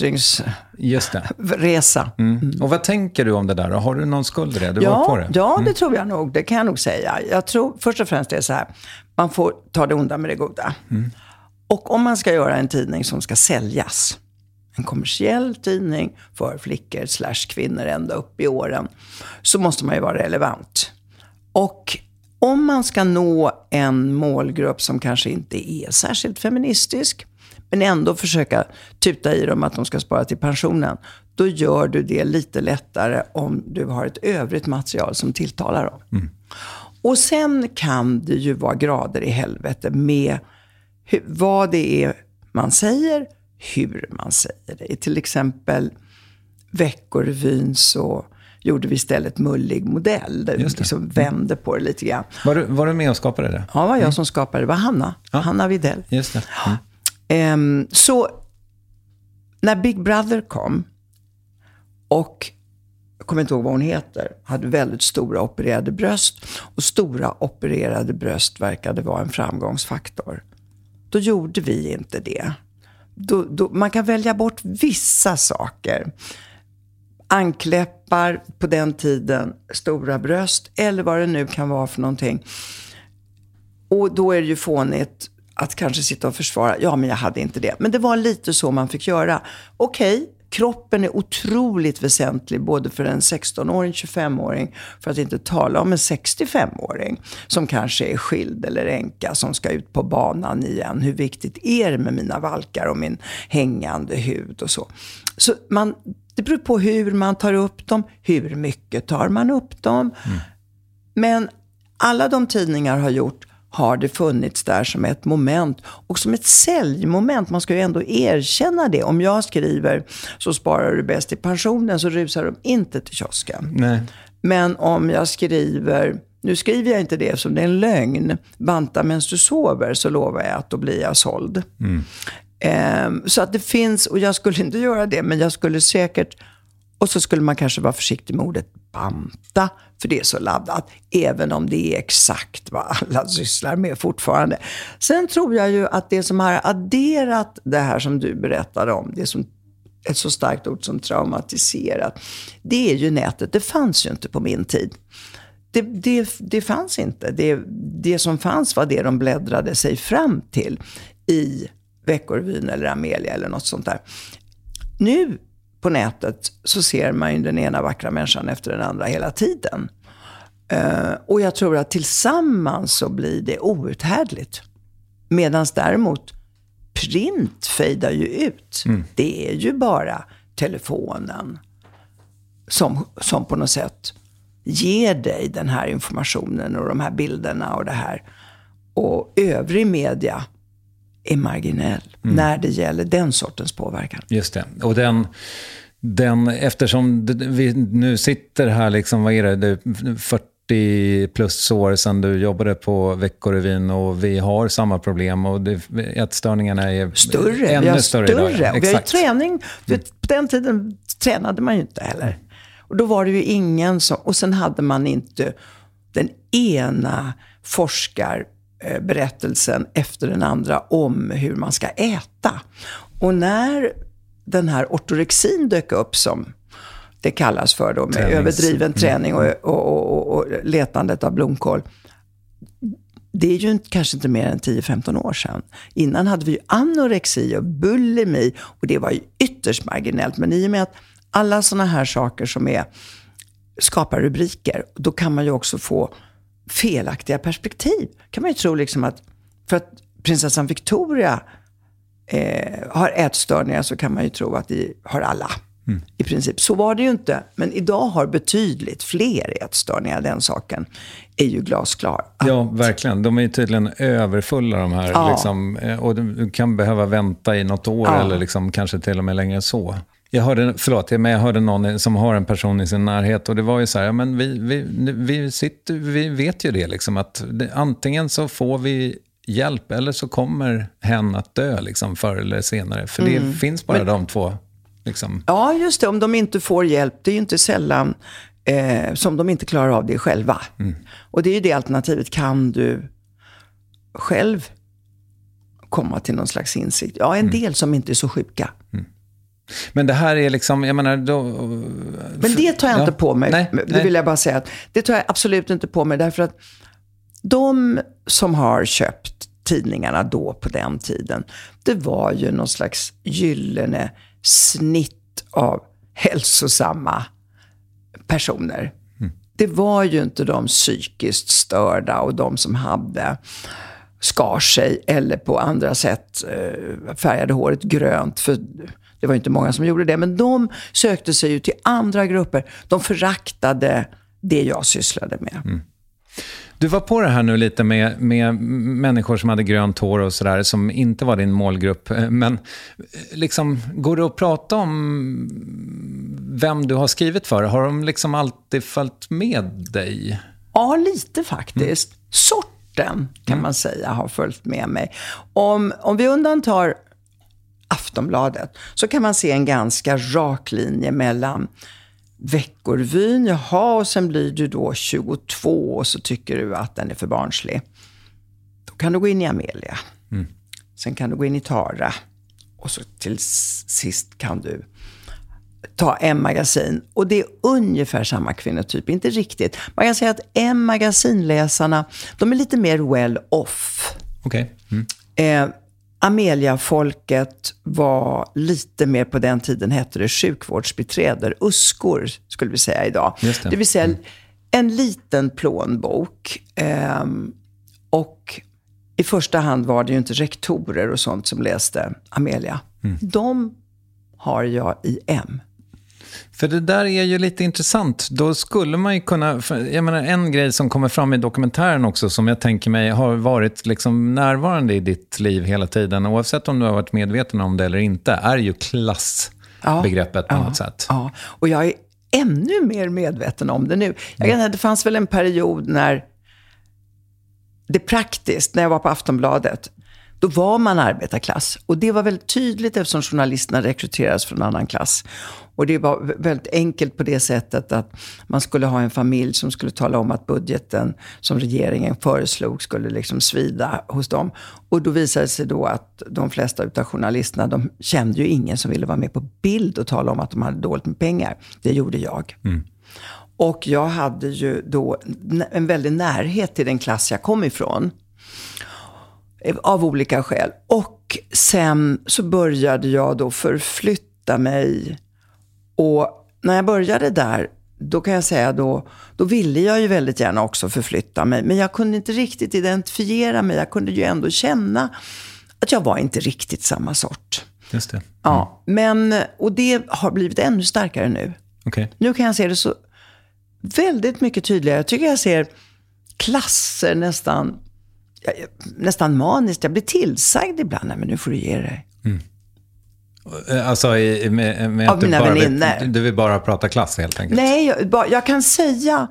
förbättringsresa. Och vad tänker du om det där? Har du någon skuld i det? Du var på det? Ja, det tror jag nog. Det kan jag nog säga. Jag tror först och främst det är så här: man får ta det onda med det goda. Och om man ska göra en tidning som ska säljas, en kommersiell tidning för flickor / kvinnor ända upp i åren, så måste man ju vara relevant. Och om man ska nå en målgrupp som kanske inte är särskilt feministisk, men ändå försöka tuta i dem att de ska spara till pensionen, då gör du det lite lättare om du har ett övrigt material som tilltalar dem. Och sen kan det ju vara grader i helvete med vad det är man säger, hur man säger det. Till exempel Veckorevyn så gjorde vi istället mullig modell där vi liksom vände på det lite grann. Var du med och skapade det? Ja, det var jag som skapade det. Det var Hanna Widell. Just det. Så när Big Brother kom och jag kommer inte ihåg vad hon heter, hade väldigt stora opererade bröst, och stora opererade bröst verkade vara en framgångsfaktor. Då gjorde vi inte det. Man kan välja bort vissa saker. Ankläppar på den tiden, stora bröst eller vad det nu kan vara för någonting. Och då är det ju fånigt att kanske sitta och försvara. Ja, men jag hade inte det. Men det var lite så man fick göra. Okej, kroppen är otroligt väsentlig både för en 16-åring, 25-åring, för att inte tala om en 65-åring som kanske är skild eller änka som ska ut på banan igen. Hur viktigt är det med mina valkar och min hängande hud och så. Så det beror på hur man tar upp dem, hur mycket tar man upp dem. Men alla de tidningar har det funnits där som ett moment och som ett säljmoment. Man ska ju ändå erkänna det. Om jag skriver så sparar du bäst i pensionen, så rusar de inte till kiosken. Nej. Men om jag skriver, nu skriver jag inte det som det är en lögn, banta medan du sover, så lovar jag att då blir jag såld. Så att det finns, och jag skulle inte göra det, men jag skulle säkert, och så skulle man kanske vara försiktig med ordet banta, för det är så laddat, även om det är exakt vad alla sysslar med fortfarande. Sen tror jag ju att det som har adderat det här som du berättade om, det som ett så starkt ord som traumatiserat, det är ju nätet. Det fanns ju inte på min tid. Det fanns inte. Det som fanns var det de bläddrade sig fram till i Veckorevyn eller Amelia eller något sånt där. Nu på nätet så ser man ju den ena vackra människan efter den andra hela tiden. Och jag tror att tillsammans så blir det outhärdligt. Medan däremot print fejdar ju ut. Det är ju bara telefonen som på något sätt ger dig den här informationen och de här bilderna och det här. Och övrig media är marginell när det gäller den sortens påverkan. Just det. Och den eftersom vi nu sitter här liksom, vad är det 40 plus år sedan du jobbade på Veckorevyn och vi har samma problem och ätstörningarna är ännu större idag. Vi har ju träning. På den tiden tränade man ju inte heller. Och då var det ju ingen som... Och sen hade man inte den ena forskarberättelsen efter den andra om hur man ska äta. Och när den här ortorexin dök upp, som det kallas för då, med överdriven träning och letandet av blomkål. Det är ju kanske inte mer än 10-15 år sedan. Innan hade vi ju anorexi och bulimi och det var ju ytterst marginellt. Men i och med att alla såna här saker som skapar rubriker, då kan man ju också få felaktiga perspektiv. Kan man ju tro liksom att för att prinsessan Victoria har ätstörningar så kan man ju tro att de har alla. I princip. Så var det ju inte. Men idag har betydligt fler ätstörningar. Den saken är ju glasklar. Ja, verkligen. De är ju tydligen överfulla de här. Ja. Liksom, och du kan behöva vänta i något år eller liksom, kanske till och med längre än så. Jag hörde någon som har en person i sin närhet och det var ju så här, men vi vet ju det liksom, att antingen så får vi hjälp eller så kommer hen att dö liksom, förr eller senare. För det finns bara de två. Liksom. Ja, just det. Om de inte får hjälp, det är ju inte sällan som de inte klarar av det själva. Och det är ju det alternativet. Kan du själv komma till någon slags insikt? Ja, en del som inte är så sjuka. Men det här är liksom, jag menar då... Men det tar jag inte på mig. Nej. Det vill jag bara säga. Att det tar jag absolut inte på mig. Därför att de som har köpt tidningarna då på den tiden, det var ju någon slags gyllene snitt av hälsosamma personer. Det var ju inte de psykiskt störda och de som hade skar sig eller på andra sätt färgade håret grönt, för det var ju inte många som gjorde det, men de sökte sig ju till andra grupper. De föraktade det jag sysslade med. Du var på det här nu lite med människor som hade grönt hår och sådär, som inte var din målgrupp. Men liksom, går det att prata om vem du har skrivit för? Har de liksom alltid följt med dig? Ja, lite faktiskt. Sorten kan man säga har följt med mig. Om vi undantar Aftonbladet så kan man se en ganska rak linje mellan Veckorevyn, och sen blir du då 22 och så tycker du att den är för barnslig. Då kan du gå in i Amelia. Sen kan du gå in i Tara. Och så till sist kan du ta M-magasin. Och det är ungefär samma kvinnotyp, inte riktigt. Man kan säga att M-magasinläsarna, de är lite mer well off. Okej. Amelia-folket var lite mer, på den tiden hette det sjukvårdsbiträder, uskor skulle vi säga idag. Det vill säga en liten plånbok. Och i första hand var det ju inte rektorer och sånt som läste Amelia. De har jag i M. För det där är ju lite intressant. Då skulle man ju kunna... Jag menar, en grej som kommer fram i dokumentären också, som jag tänker mig har varit liksom närvarande i ditt liv hela tiden, oavsett om du har varit medveten om det eller inte, är ju klassbegreppet på något sätt. Ja, och jag är ännu mer medveten om det nu. Det fanns väl en period när det praktiskt, när jag var på Aftonbladet, då var man arbetarklass. Och det var väldigt tydligt eftersom journalisterna rekryterades från en annan klass. Och det var väldigt enkelt på det sättet att man skulle ha en familj som skulle tala om att budgeten som regeringen föreslog skulle liksom svida hos dem. Och då visade det sig då att de flesta utav journalisterna, de kände ju ingen som ville vara med på bild och tala om att de hade dåligt med pengar. Det gjorde jag. Och jag hade ju då en väldig närhet till den klass jag kom ifrån. Av olika skäl. Och sen så började jag då förflytta mig. Och när jag började där, då kan jag säga då ville jag ju väldigt gärna också förflytta mig. Men jag kunde inte riktigt identifiera mig. Jag kunde ju ändå känna att jag var inte riktigt samma sort. Just det. Ja, och det har blivit ännu starkare nu. Okay. Nu kan jag se det så väldigt mycket tydligare. Jag tycker jag ser klasser nästan nästan maniskt. Jag blir tillsagd ibland. Nej, men nu får du ge dig. Alltså med av mina vänner. Du vill bara prata klass helt enkelt? Nej, jag kan säga...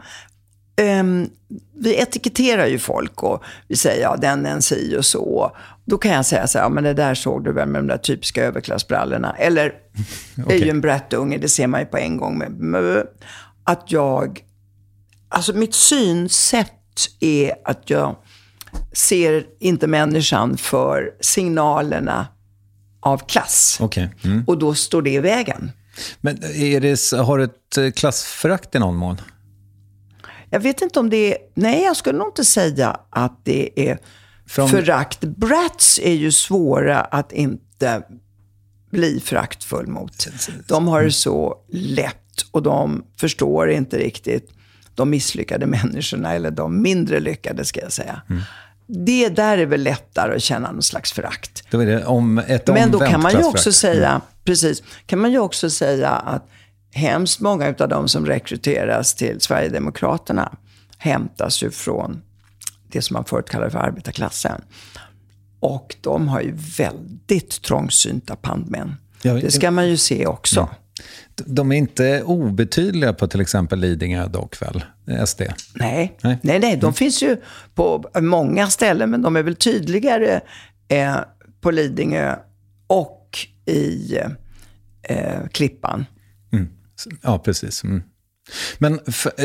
vi etiketterar ju folk och vi säger ja, den är en si och så. Då kan jag säga så här, ja, men det där såg du väl med de där typiska överklassbrallorna. Eller, det är ju en brättunge, det ser man ju på en gång med att alltså mitt synsätt är att jag ser inte människan för signalerna av klass. Okay. Och då står det i vägen. Men har du ett klassförakt i någon mån? Jag vet inte om det är... Nej, jag skulle nog inte säga att det är förakt. Brats är ju svåra att inte bli föraktfull mot. De har det så lätt och de förstår inte riktigt de misslyckade människorna, eller de mindre lyckade ska jag säga. Det där är väl lättare att känna någon slags förakt. Då är det men då kan man ju också säga, precis, kan man ju också säga att hemskt många av de som rekryteras till Sverigedemokraterna hämtas ju från det som man förut kallade för arbetarklassen. Och de har ju väldigt trångsynta pandmän. Det ska man ju se också. De är inte obetydliga på till exempel Lidingö dock väl? SD? Nej. De finns ju på många ställen, men de är väl tydligare på Lidingö och i Klippan. Ja, precis. Men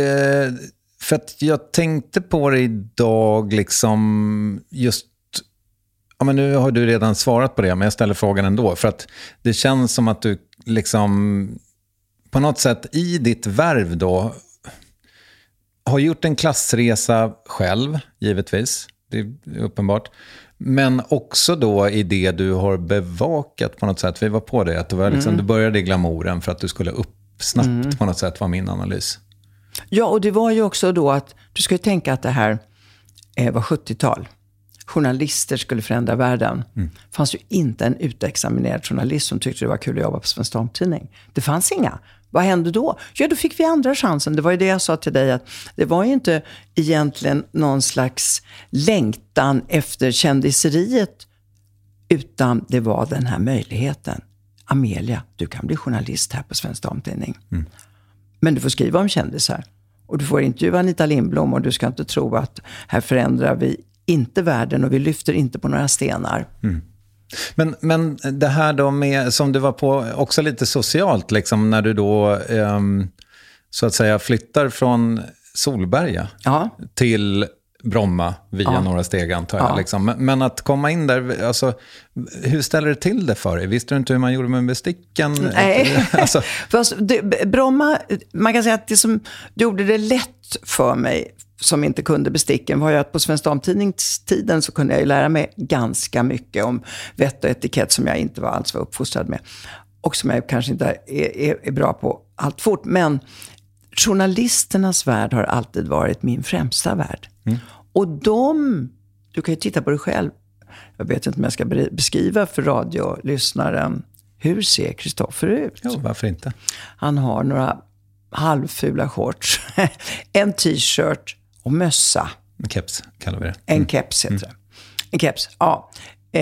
för att jag tänkte på det idag liksom just, ja men nu har du redan svarat på det, men jag ställer frågan ändå, för att det känns som att du liksom på något sätt i ditt värv då har gjort en klassresa själv, givetvis, det är uppenbart, men också då i det du har bevakat på något sätt. Vi var på det, att det var liksom, du började i glamouren för att du skulle upp snabbt på något sätt, var min analys. Ja, och det var ju också då att du skulle tänka att det här var 70-tal. Journalister skulle förändra världen. Det fanns ju inte en utexaminerad journalist som tyckte det var kul att jobba på Svensk Damtidning. Det fanns inga. Vad hände då? Ja, då fick vi andra chansen. Det var ju det jag sa till dig, att det var ju inte egentligen någon slags längtan efter kändiseriet, utan det var den här möjligheten. Amelia, du kan bli journalist här på Svensk Damtidning. Men du får skriva om kändisar. Och du får intervjua Anita Lindblom, och du ska inte tro att här förändrar vi inte världen och vi lyfter inte på några stenar. Men det här då med, som du var på också lite socialt liksom, när du då så att säga flyttar från Solberga till Bromma via några steg antar jag. Liksom. Men att komma in där, alltså, hur ställer det till det för dig? Visste du inte hur man gjorde med besticken? Nej, alltså. Fast Bromma, man kan säga att det som gjorde det lätt för mig som inte kunde besticken var ju att på Svensk Damtidningstiden så kunde jag ju lära mig ganska mycket om vett och etikett som jag inte alls var uppfostrad med. Och som jag kanske inte är bra på allt fort. Men journalisternas värld har alltid varit min främsta värld. Och du kan ju titta på dig själv. Jag vet inte om jag ska beskriva för radiolyssnaren. Hur ser Kristoffer ut? Jo, varför inte? Han har några halvfula shorts. En t-shirt och mössa. En keps kallar vi det. En keps heter det. En keps, ja.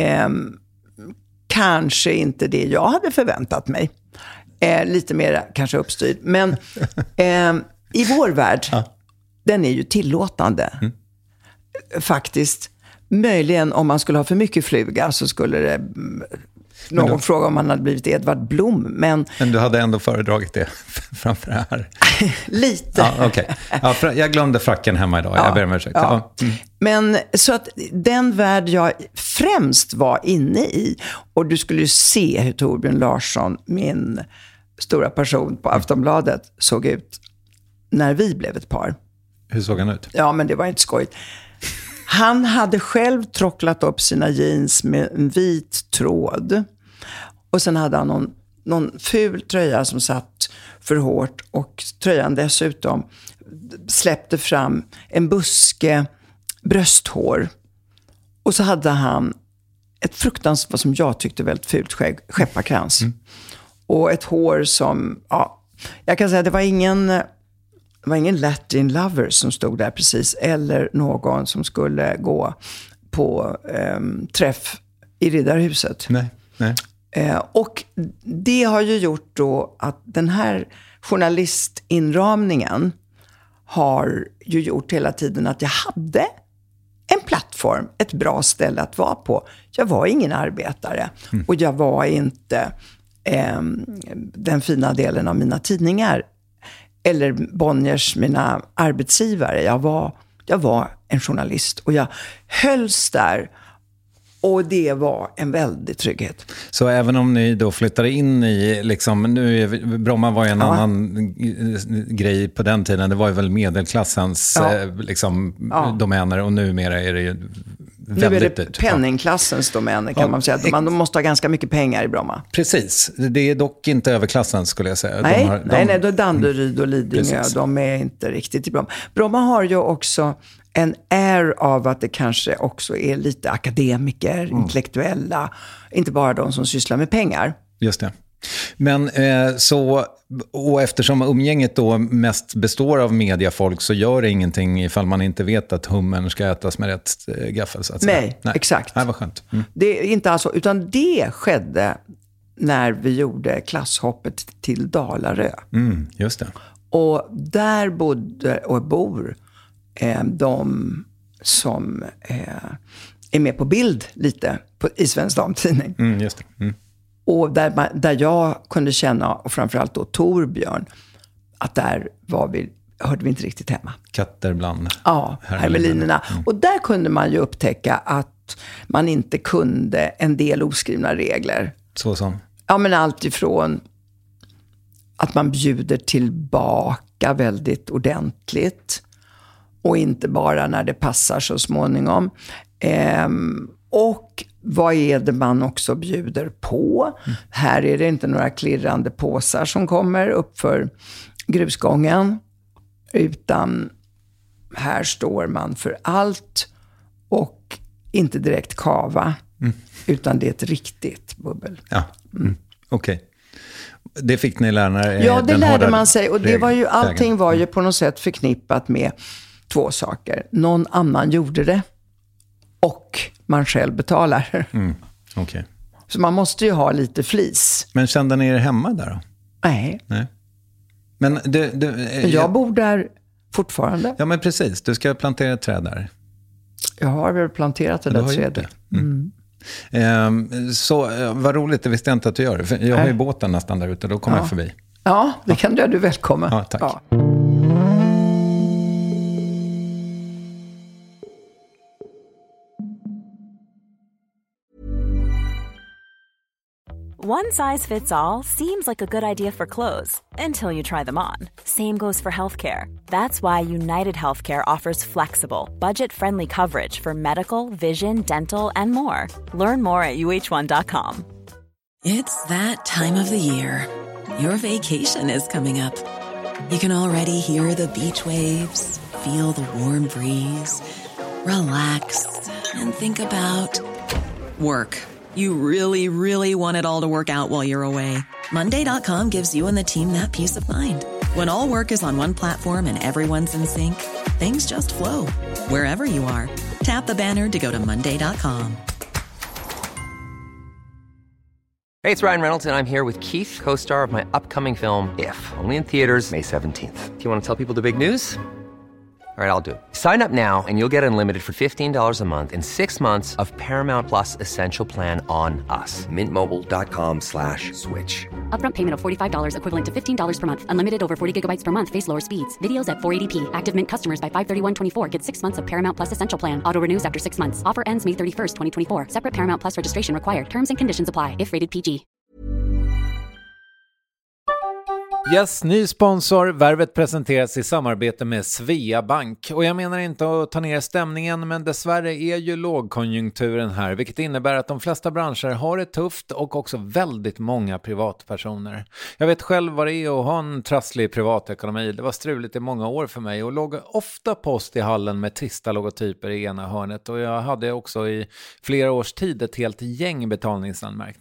Kanske inte det jag hade förväntat mig. Lite mer kanske uppstyrd. Men i vår värld, den är ju tillåtande. Faktiskt. Möjligen om man skulle ha för mycket fluga så skulle det... Någon fråga om man hade blivit Edvard Blom. Men du hade ändå föredragit det framför det här? Lite. Ja, okej. Ja, jag glömde fracken hemma idag. Jag ber om ursäkt. Ja. Men så att den värld jag främst var inne i, och du skulle ju se hur Torbjörn Larsson, min stora person på Aftonbladet, såg ut när vi blev ett par. Hur såg han ut? Ja, men det var inte skojigt. Han hade själv trocklat upp sina jeans med en vit tråd. Och sen hade han någon ful tröja som satt för hårt. Och tröjan dessutom släppte fram en buske brösthår. Och så hade han ett fruktansvärt, som jag tyckte väldigt fult skepparkrans. Och ett hår som, jag kan säga det var ingen Latin lover som stod där precis. Eller någon som skulle gå på träff i Riddarhuset. Nej. Och det har ju gjort då att den här journalistinramningen har ju gjort hela tiden att jag hade en plattform, ett bra ställe att vara på. Jag var ingen arbetare och jag var inte den fina delen av mina tidningar eller Bonniers, mina arbetsgivare. Jag var en journalist och jag hölls där. Och det var en väldig trygghet. Så även om ni då flyttade in i, liksom, Bromma var ju en annan grej på den tiden. Det var ju väl medelklassens domäner, och numera är det ju väldigt dyrt. Nu är det penningklassens domäner, kan man säga. Man måste ha ganska mycket pengar i Bromma. Precis. Det är dock inte överklassen, skulle jag säga. Nej, då Danderyd och Lidingö, de är inte riktigt i Bromma. Bromma har ju också en air av att det kanske också är lite akademiker, intellektuella, inte bara de som sysslar med pengar. Just det. Men och eftersom umgänget då mest består av mediafolk, så gör det ingenting ifall man inte vet att hummern ska ätas med rätt gaffel, så att säga. Nej, exakt. Det var skönt. Det är inte alls så, utan det skedde när vi gjorde klasshoppet till Dalarö. Just det. Och där bodde och bor de som är med på bild lite i Svensk Damtidning. Just det. Och där jag kunde känna, och framförallt då Torbjörn, att där hörde vi inte riktigt hemma. Katter bland hermelinerna. Och där kunde man ju upptäcka att man inte kunde en del oskrivna regler. Så som? Ja, men allt ifrån att man bjuder tillbaka väldigt ordentligt. Och inte bara när det passar så småningom. Och vad är det man också bjuder på? Här är det inte några klirrande påsar som kommer upp för grusgången. Utan här står man för allt. Och inte direkt kava. Utan det är ett riktigt bubbel. Ja, okej. Det fick ni lära er. Ja, det lärde man sig. Och det var ju, allting var ju på något sätt förknippat med 2 saker. Någon annan gjorde det. Och man själv betalar. Okay. Så man måste ju ha lite flis. Men kände ni er hemma där då? Nej. Men jag bor där fortfarande. Ja, men precis. Du ska plantera ett träd där. Jag har väl planterat det där trädet. Så vad roligt, det visste jag inte att du gör. För jag har ju båten nästan där ute, då kommer jag förbi. Ja, det kan du. Du är välkommen. Ja, tack. Ja. One size fits all seems like a good idea for clothes until you try them on. Same goes for healthcare. That's why United Healthcare offers flexible, budget-friendly coverage for medical, vision, dental, and more. Learn more at uh1.com. It's that time of the year. Your vacation is coming up. You can already hear the beach waves, feel the warm breeze, relax, and think about work. You really, really want it all to work out while you're away. Monday.com gives you and the team that peace of mind. When all work is on one platform and everyone's in sync, things just flow. Wherever you are, tap the banner to go to Monday.com. Hey, it's Ryan Reynolds, and I'm here with Keith, co-star of my upcoming film, If, only in theaters May 17th. Do you want to tell people the big news? All right, I'll do it. Sign up now and you'll get unlimited for $15 a month and 6 months of Paramount Plus Essential Plan on us. MintMobile.com/switch. Upfront payment of $45 equivalent to $15 per month. Unlimited over 40 gigabytes per month. Face lower speeds. Videos at 480p. Active Mint customers by 531.24 get 6 months of Paramount Plus Essential Plan. Auto renews after 6 months. Offer ends May 31st, 2024. Separate Paramount Plus registration required. Terms and conditions apply if rated PG. Yes, ny sponsor. Värvet presenteras i samarbete med Svea Bank. Och jag menar inte att ta ner stämningen, men dessvärre är ju lågkonjunkturen här, vilket innebär att de flesta branscher har det tufft och också väldigt många privatpersoner. Jag vet själv vad det är att ha en trasslig privatekonomi. Det var struligt i många år för mig och låg ofta post i hallen med trista logotyper i ena hörnet. Och jag hade också i flera års tid ett helt gäng betalningsanmärkningar.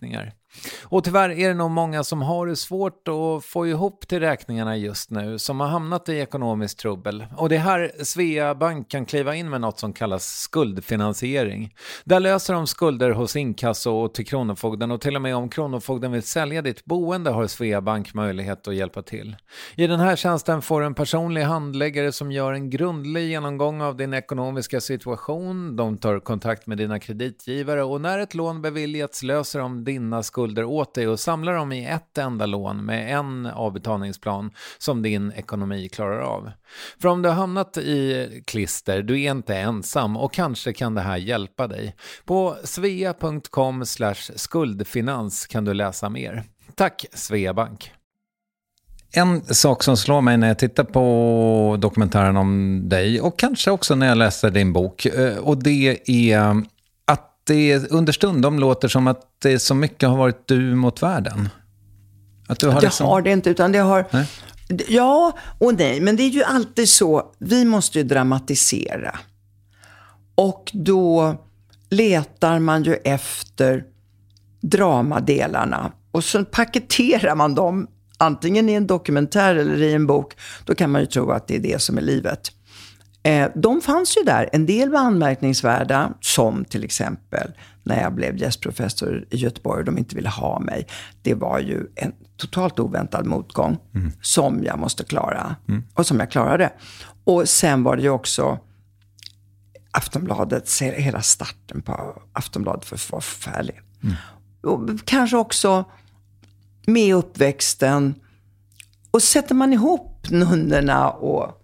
Och tyvärr är det nog många som har det svårt att få ihop till räkningarna just nu, som har hamnat i ekonomiskt trubbel. Och det här Svea Bank kan kliva in med något som kallas skuldfinansiering. Där löser de skulder hos inkasso och till Kronofogden, och till och med om Kronofogden vill sälja ditt boende har Svea Bank möjlighet att hjälpa till. I den här tjänsten får du en personlig handläggare som gör en grundlig genomgång av din ekonomiska situation. De tar kontakt med dina kreditgivare, och när ett lån beviljats löser de dina skulder åt dig och samlar dem i ett enda lån med en avbetalningsplan som din ekonomi klarar av. För om du har hamnat i klister, du är inte ensam, och kanske kan det här hjälpa dig. På svea.com/skuldfinans kan du läsa mer. Tack Svea Bank. En sak som slår mig när jag tittar på dokumentären om dig, och kanske också när jag läser din bok, och det är det understundom låter som att det så mycket har varit du mot världen. Att du har det har det inte, utan det har... Nej. Ja och nej, men det är ju alltid så. Vi måste ju dramatisera. Och då letar man ju efter dramadelarna. Och så paketerar man dem antingen i en dokumentär eller i en bok. Då kan man ju tro att det är det som är livet. De fanns ju där. En del var anmärkningsvärda, som till exempel när jag blev gästprofessor i Göteborg och de inte ville ha mig. Det var ju en totalt oväntad motgång som jag måste klara. Och som jag klarade. Och sen var det ju också Aftonbladet, hela starten på Aftonbladet var förfärlig. Och kanske också med uppväxten. Och sätter man ihop nunnorna och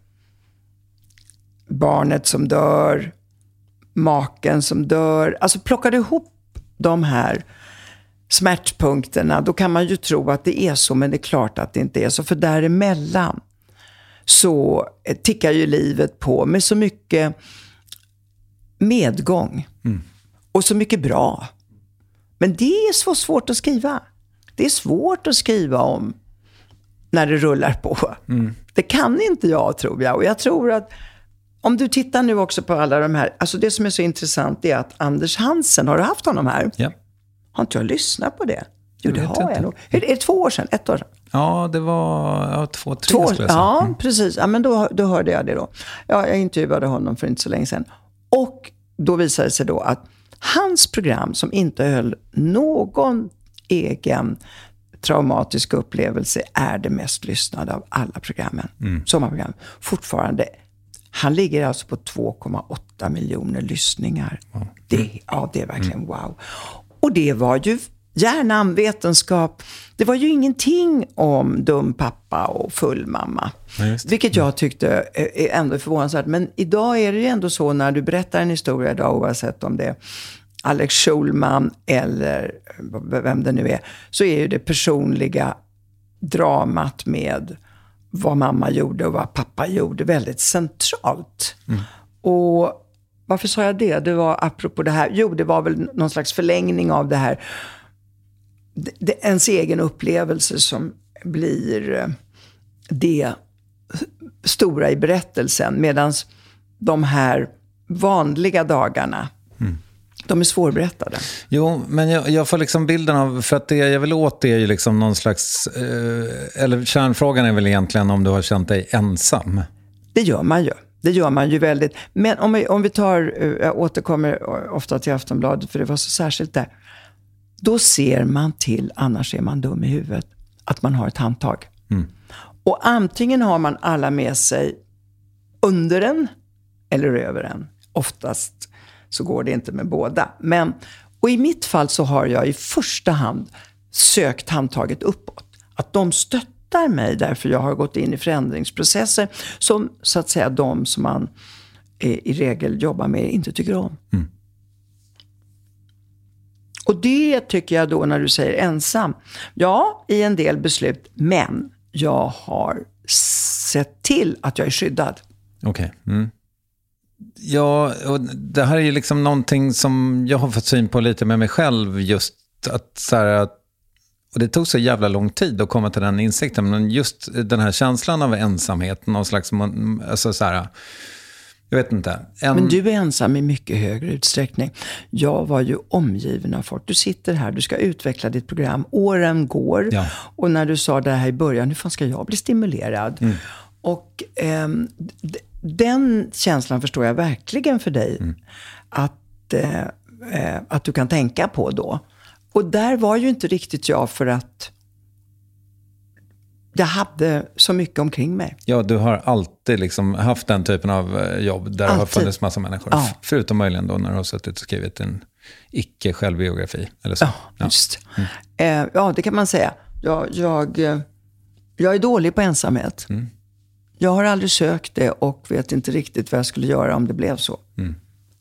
barnet som dör, maken som dör. Alltså plockar ihop de här smärtpunkterna, då kan man ju tro att det är så, men det är klart att det inte är så. För däremellan så tickar ju livet på med så mycket medgång och så mycket bra. Men det är så svårt att skriva. Det är svårt att skriva om när det rullar på. Det kan inte jag, tror jag. Och jag tror att om du tittar nu också på alla de här, alltså det som är så intressant är att Anders Hansen, har du haft honom här? Ja. Har inte jag lyssnat på det? Jo, det har jag nog. Är det 2 år sedan? 1 år sedan? Ja, det var 2, 3 skulle jag säga. Ja, precis. Ja, men då hörde jag det då. Ja, jag intervjuade honom för inte så länge sedan. Och då visade det sig då att hans program, som inte höll någon egen traumatisk upplevelse, är det mest lyssnade av alla programmen. Sommarprogram. Fortfarande. Han ligger alltså på 2,8 miljoner lyssningar. Det är verkligen wow. Och det var ju hjärnan, vetenskap. Det var ju ingenting om dum pappa och full mamma. Vilket jag tyckte är ändå förvånansvärt. Men idag är det ju ändå så, när du berättar en historia idag, oavsett om det är Alex Schulman eller vem det nu är, så är ju det personliga dramat med vad mamma gjorde och vad pappa gjorde väldigt centralt. Och varför sa jag det? Det var apropå det här. Jo, det var väl någon slags förlängning av det här. Ens egen upplevelse som blir det stora i berättelsen. Medan de här vanliga dagarna, de är svårberättade. Jo, men jag får liksom bilden av, för att det jag vill åt det är ju liksom någon slags, eller kärnfrågan är väl egentligen om du har känt dig ensam. Det gör man ju. Det gör man ju väldigt. Men om vi tar, jag återkommer ofta till Aftonbladet för det var så särskilt där. Då ser man till, annars är man dum i huvudet, att man har ett handtag. Och antingen har man alla med sig under en eller över en. Oftast så går det inte med båda. Och i mitt fall så har jag i första hand sökt handtaget uppåt. Att de stöttar mig därför jag har gått in i förändringsprocesser som så att säga de som man i regel jobbar med inte tycker om. Och det tycker jag då när du säger ensam. Ja, i en del beslut. Men jag har sett till att jag är skyddad. Okej. Ja, och det här är ju liksom någonting som jag har fått syn på lite med mig själv, just att så här, och det tog så jävla lång tid att komma till den insikten, men just den här känslan av ensamhet, någon slags, alltså så här, Jag vet inte. Men du är ensam i mycket högre utsträckning. Jag var ju omgiven av folk. Du sitter här, du ska utveckla ditt program. Åren går. Ja. Och när du sa det här i början, hur fan ska jag bli stimulerad? Mm. Och den känslan förstår jag verkligen för dig. Mm. Att du kan tänka på då. Och där var ju inte riktigt jag, för att jag hade så mycket omkring mig. Ja, du har alltid liksom haft den typen av jobb där det har funnits massa människor. Ja. Förutom möjligen då när du har suttit och skrivit en icke-självbiografi. Eller så. Ja, just. Mm. Ja, det kan man säga. Jag är dålig på ensamhet. Mm. Jag har aldrig sökt det och vet inte riktigt vad jag skulle göra om det blev så. Mm.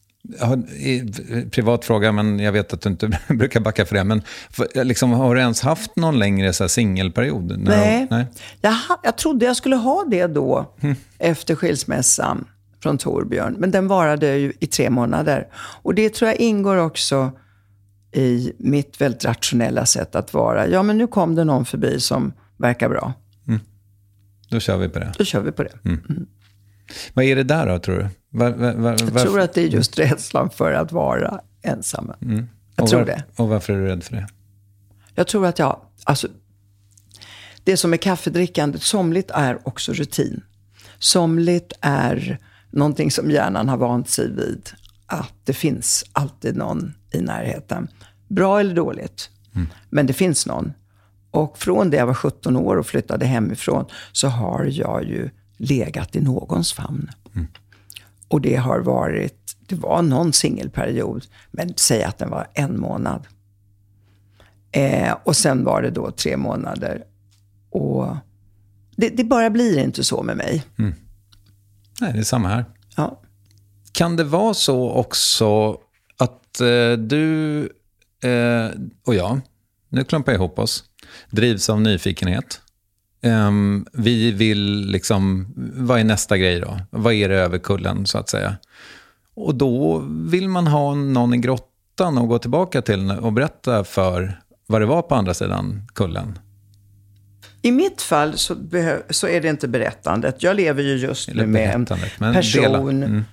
Privat fråga, men jag vet att du inte brukar backa för det. Men liksom, har du ens haft någon längre så här singelperiod? Nej. Jag trodde jag skulle ha det då efter skilsmässan från Torbjörn. Men den varade ju i 3 månader. Och det tror jag ingår också i mitt väldigt rationella sätt att vara. Ja, men nu kom det någon förbi som verkar bra. Mm. Då kör vi på det. Mm. Mm. Vad är det där då, tror du? Jag tror att det är just rädslan för att vara ensam. Mm. Jag tror det. Och varför är du rädd för det? Jag tror att det som är kaffedrickandet, somligt är också rutin. Somligt är någonting som hjärnan har vant sig vid. Att det finns alltid någon i närheten. Bra eller dåligt. Mm. Men det finns någon. Och från det jag var 17 år och flyttade hemifrån, så har jag ju legat i någons famn. Mm. Och det var någon singelperiod, men säg att den var 1 månad. Och sen var det då 3 månader. Och det bara blir inte så med mig. Mm. Nej, det är samma här. Ja. Kan det vara så också att du och jag, nu klumpar jag ihop oss, drivs av nyfikenhet? Vi vill liksom, vad är nästa grej då? Vad är det över kullen, så att säga? Och då vill man ha någon i grottan och gå tillbaka till och berätta för vad det var på andra sidan kullen. I mitt fall så är det inte berättandet. Jag lever ju just nu med en person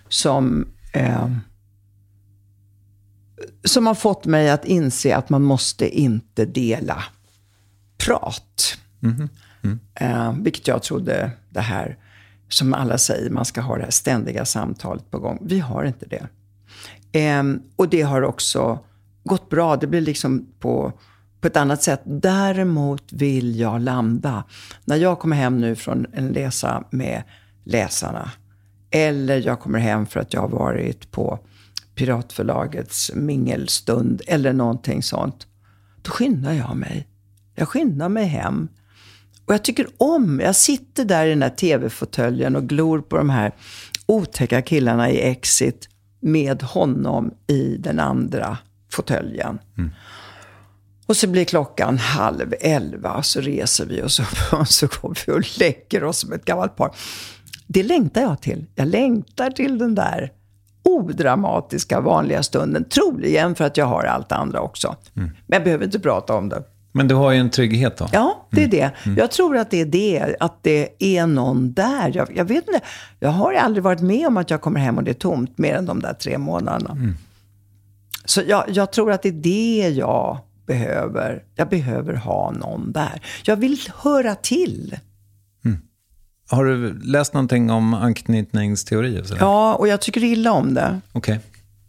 som har fått mig att inse att man måste inte dela prat. Mm-hmm. Vilket jag trodde, det här som alla säger, man ska ha det här ständiga samtalet på gång. Vi har inte det. Och det har också gått bra. Det blir liksom på ett annat sätt. Däremot vill jag landa. När jag kommer hem nu från en läsa med läsarna, eller jag kommer hem för att jag har varit på Piratförlagets mingelstund eller någonting sånt, då skyndar jag mig. Jag skyndar mig hem. Och jag tycker jag sitter där i den här tv-fåtöljen och glor på de här otäcka killarna i Exit med honom i den andra fåtöljen. Mm. Och så blir klockan 22:30, så reser vi och så går vi och lägger oss som ett gammalt par. Det längtar jag till. Jag längtar till den där odramatiska vanliga stunden. Troligen för att jag har allt andra också. Mm. Men jag behöver inte prata om det. Men du har ju en trygghet då. Ja, det är det. Mm. Jag tror att det är det. Att det är någon där. Jag vet inte. Jag har aldrig varit med om att jag kommer hem och det är tomt mer än de där 3 månaderna. Mm. Så jag tror att det är det jag behöver. Jag behöver ha någon där. Jag vill höra till. Mm. Har du läst någonting om anknytningsteorier? Ja, och jag tycker illa om det. Okej.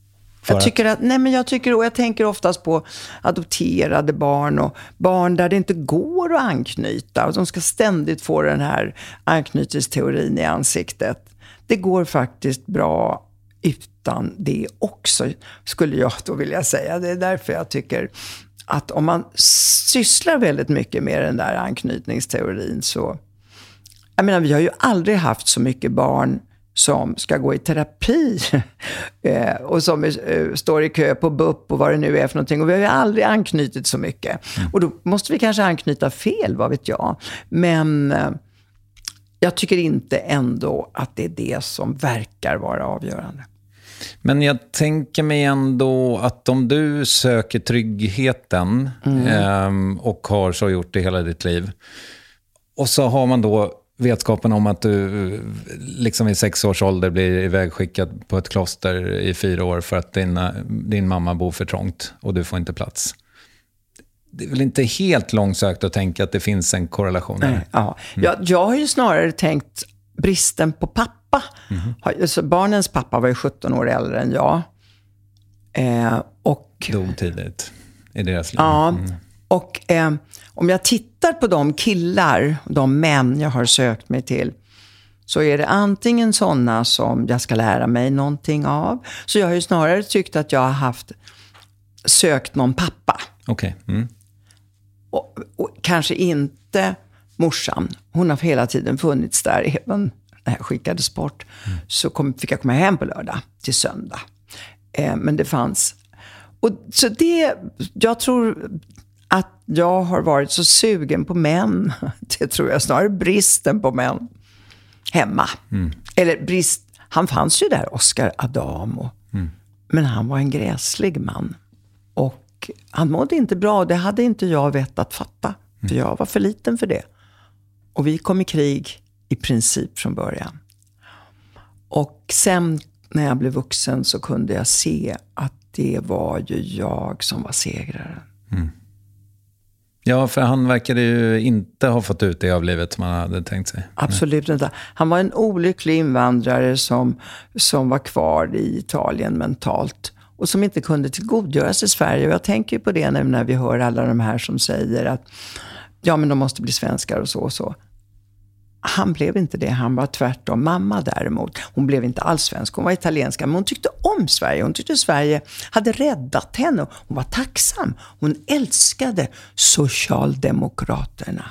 Jag tänker oftast på adopterade barn och barn där det inte går att anknyta. Och de ska ständigt få den här anknytningsteorin i ansiktet. Det går faktiskt bra utan det också, skulle jag då vilja säga. Det är därför jag tycker att om man sysslar väldigt mycket med den där anknytningsteorin så... Jag menar, vi har ju aldrig haft så mycket barn som ska gå i terapi och som står i kö på BUP och vad det nu är för någonting. Och vi har ju aldrig anknytit så mycket. Mm. Och då måste vi kanske anknyta fel, vad vet jag. Men jag tycker inte ändå att det är det som verkar vara avgörande. Men jag tänker mig ändå att om du söker tryggheten och har så gjort det hela ditt liv, och så har man då vetskapen om att du liksom i 6 års ålder blir ivägskickad på ett kloster i 4 år för att din mamma bor för trångt och du får inte plats. Det är väl inte helt långsökt att tänka att det finns en korrelation här? Ja. Jag har ju snarare tänkt bristen på pappa. Så barnens pappa var ju 17 år äldre än jag. Och dog tidigt i deras liv. Ja, och om jag tittar på de killar, de män jag har sökt mig till, så är det antingen sådana som jag ska lära mig någonting av. Så jag har ju snarare tyckt att jag har sökt någon pappa. Okej. Och kanske inte morsan. Hon har hela tiden funnits där. Även när jag skickades bort så fick jag komma hem på lördag till söndag. Men det fanns. Och så jag tror att jag har varit så sugen på män. Det tror jag snarare bristen på män hemma. Eller han fanns ju där, Oscar Adamo. Men han var en gräslig man. Och han mådde inte bra. Det hade inte jag vett att fatta. För jag var för liten för det. Och vi kom i krig i princip från början. Och sen när jag blev vuxen så kunde jag se att det var ju jag som var segraren. Ja, för han verkade ju inte ha fått ut det av livet som han hade tänkt sig. Absolut inte. Han var en olycklig invandrare som var kvar i Italien mentalt. Och som inte kunde tillgodgöra sig i Sverige. Och jag tänker ju på det nu när vi hör alla de här som säger att ja, men de måste bli svenskar och så och så. Han blev inte det, han var tvärtom. Mamma däremot, hon blev inte alls svensk. Hon var italienska, men hon tyckte om Sverige. Hon tyckte Sverige hade räddat henne. Hon var tacksam. Hon älskade socialdemokraterna.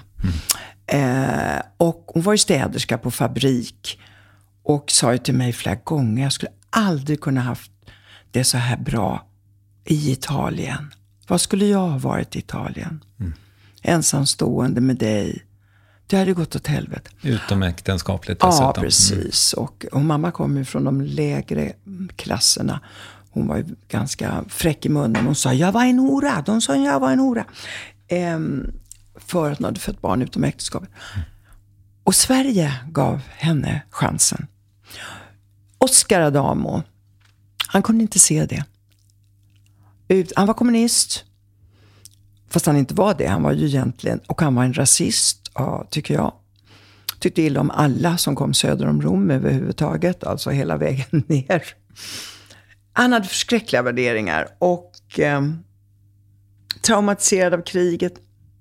Och hon var ju städerska på fabrik. Och sa ju till mig flera gånger, jag skulle aldrig kunna haft det så här bra i Italien. Vad skulle jag ha varit i Italien? Ensamstående med dig. Det hade gått åt helvete. Utomäktenskapligt dessutom. Ja, precis. Och mamma kom ju från de lägre klasserna. Hon var ju ganska fräck i munnen. Hon sa, jag var en hora. De sa, jag var en hora. För att hon hade fött barn utom äktenskapet. Och Sverige gav henne chansen. Oscar Adamo, han kunde inte se det. Han var kommunist. Fast han inte var det. Han var ju egentligen, och han var en rasist, ja, tycker jag. Tyckte illa om alla som kom söder om Rom överhuvudtaget. Alltså hela vägen ner. Han hade förskräckliga värderingar. Och traumatiserad av kriget.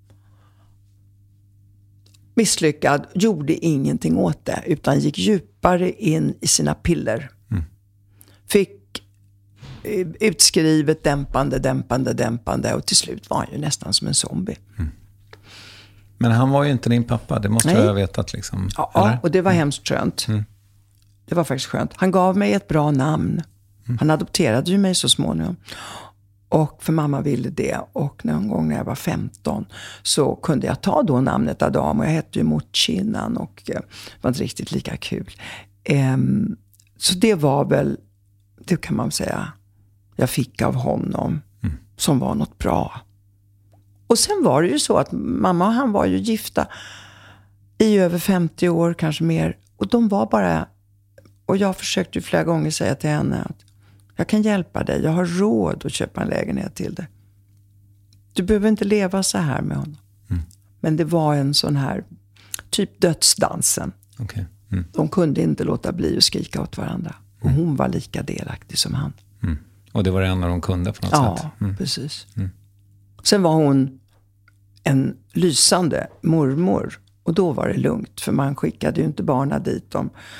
Misslyckad. Gjorde ingenting åt det. Utan gick djupare in i sina piller. Fick utskrivet dämpande. Och till slut var han ju nästan som en zombie. Men han var ju inte din pappa, det måste jag ha vetat liksom. Ja, och det var hemskt skönt. Det var faktiskt skönt. Han gav mig ett bra namn. Han adopterade ju mig så småningom. Och för mamma ville det. Och någon gång när jag var 15 så kunde jag ta då namnet Adam. Och jag hette ju Motchinan och det var inte riktigt lika kul. Så det var väl, det kan man säga, jag fick av honom som var något bra. Och sen var det ju så att mamma och han var ju gifta i över 50 år, kanske mer. Och de var bara, och jag försökte ju flera gånger säga till henne att jag kan hjälpa dig, jag har råd att köpa en lägenhet till dig. Du behöver inte leva så här med honom. Men det var en sån här typ dödsdansen. Okay. De kunde inte låta bli att skrika åt varandra. Och hon var lika delaktig som han. Och det var det enda de kunde på något sätt. Ja, precis. Sen var hon en lysande mormor. Och då var det lugnt. För man skickade ju inte barna dit.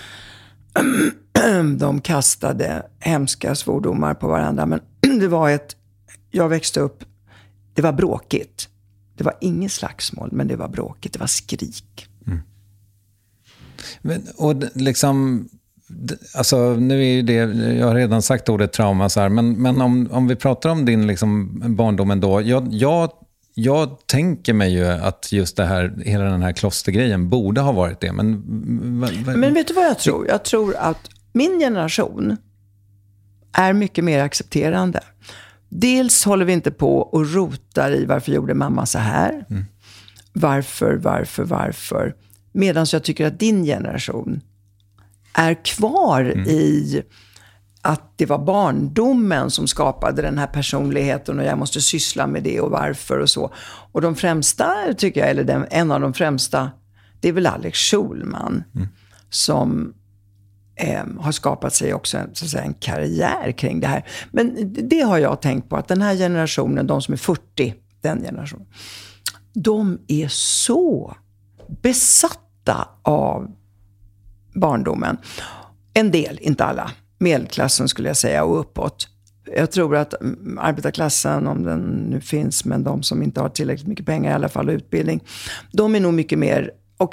De kastade hemska svordomar på varandra. Men det var jag växte upp, det var bråkigt. Det var ingen slagsmål, men det var bråkigt. Det var skrik. Och liksom, alltså nu är ju det, jag har redan sagt ordet trauma så här, men om vi pratar om din liksom barndomen då, jag tänker mig ju att just det här, hela den här klostergrejen borde ha varit det, men vet du vad jag tror? Jag tror att min generation är mycket mer accepterande. Dels håller vi inte på och rotar i varför gjorde mamma så här. Varför. Medan jag tycker att din generation är kvar i att det var barndomen som skapade den här personligheten och jag måste syssla med det och varför och så. Och de främsta, tycker jag, eller en av de främsta, det är väl Alex Schulman som har skapat sig också så att säga, en karriär kring det här. Men det har jag tänkt på, att den här generationen, de som är 40, den generationen, de är så besatta av barndomen. En del, inte alla. Medelklassen skulle jag säga och uppåt. Jag tror att arbetarklassen, om den nu finns, men de som inte har tillräckligt mycket pengar i alla fall och utbildning, de är nog mycket mer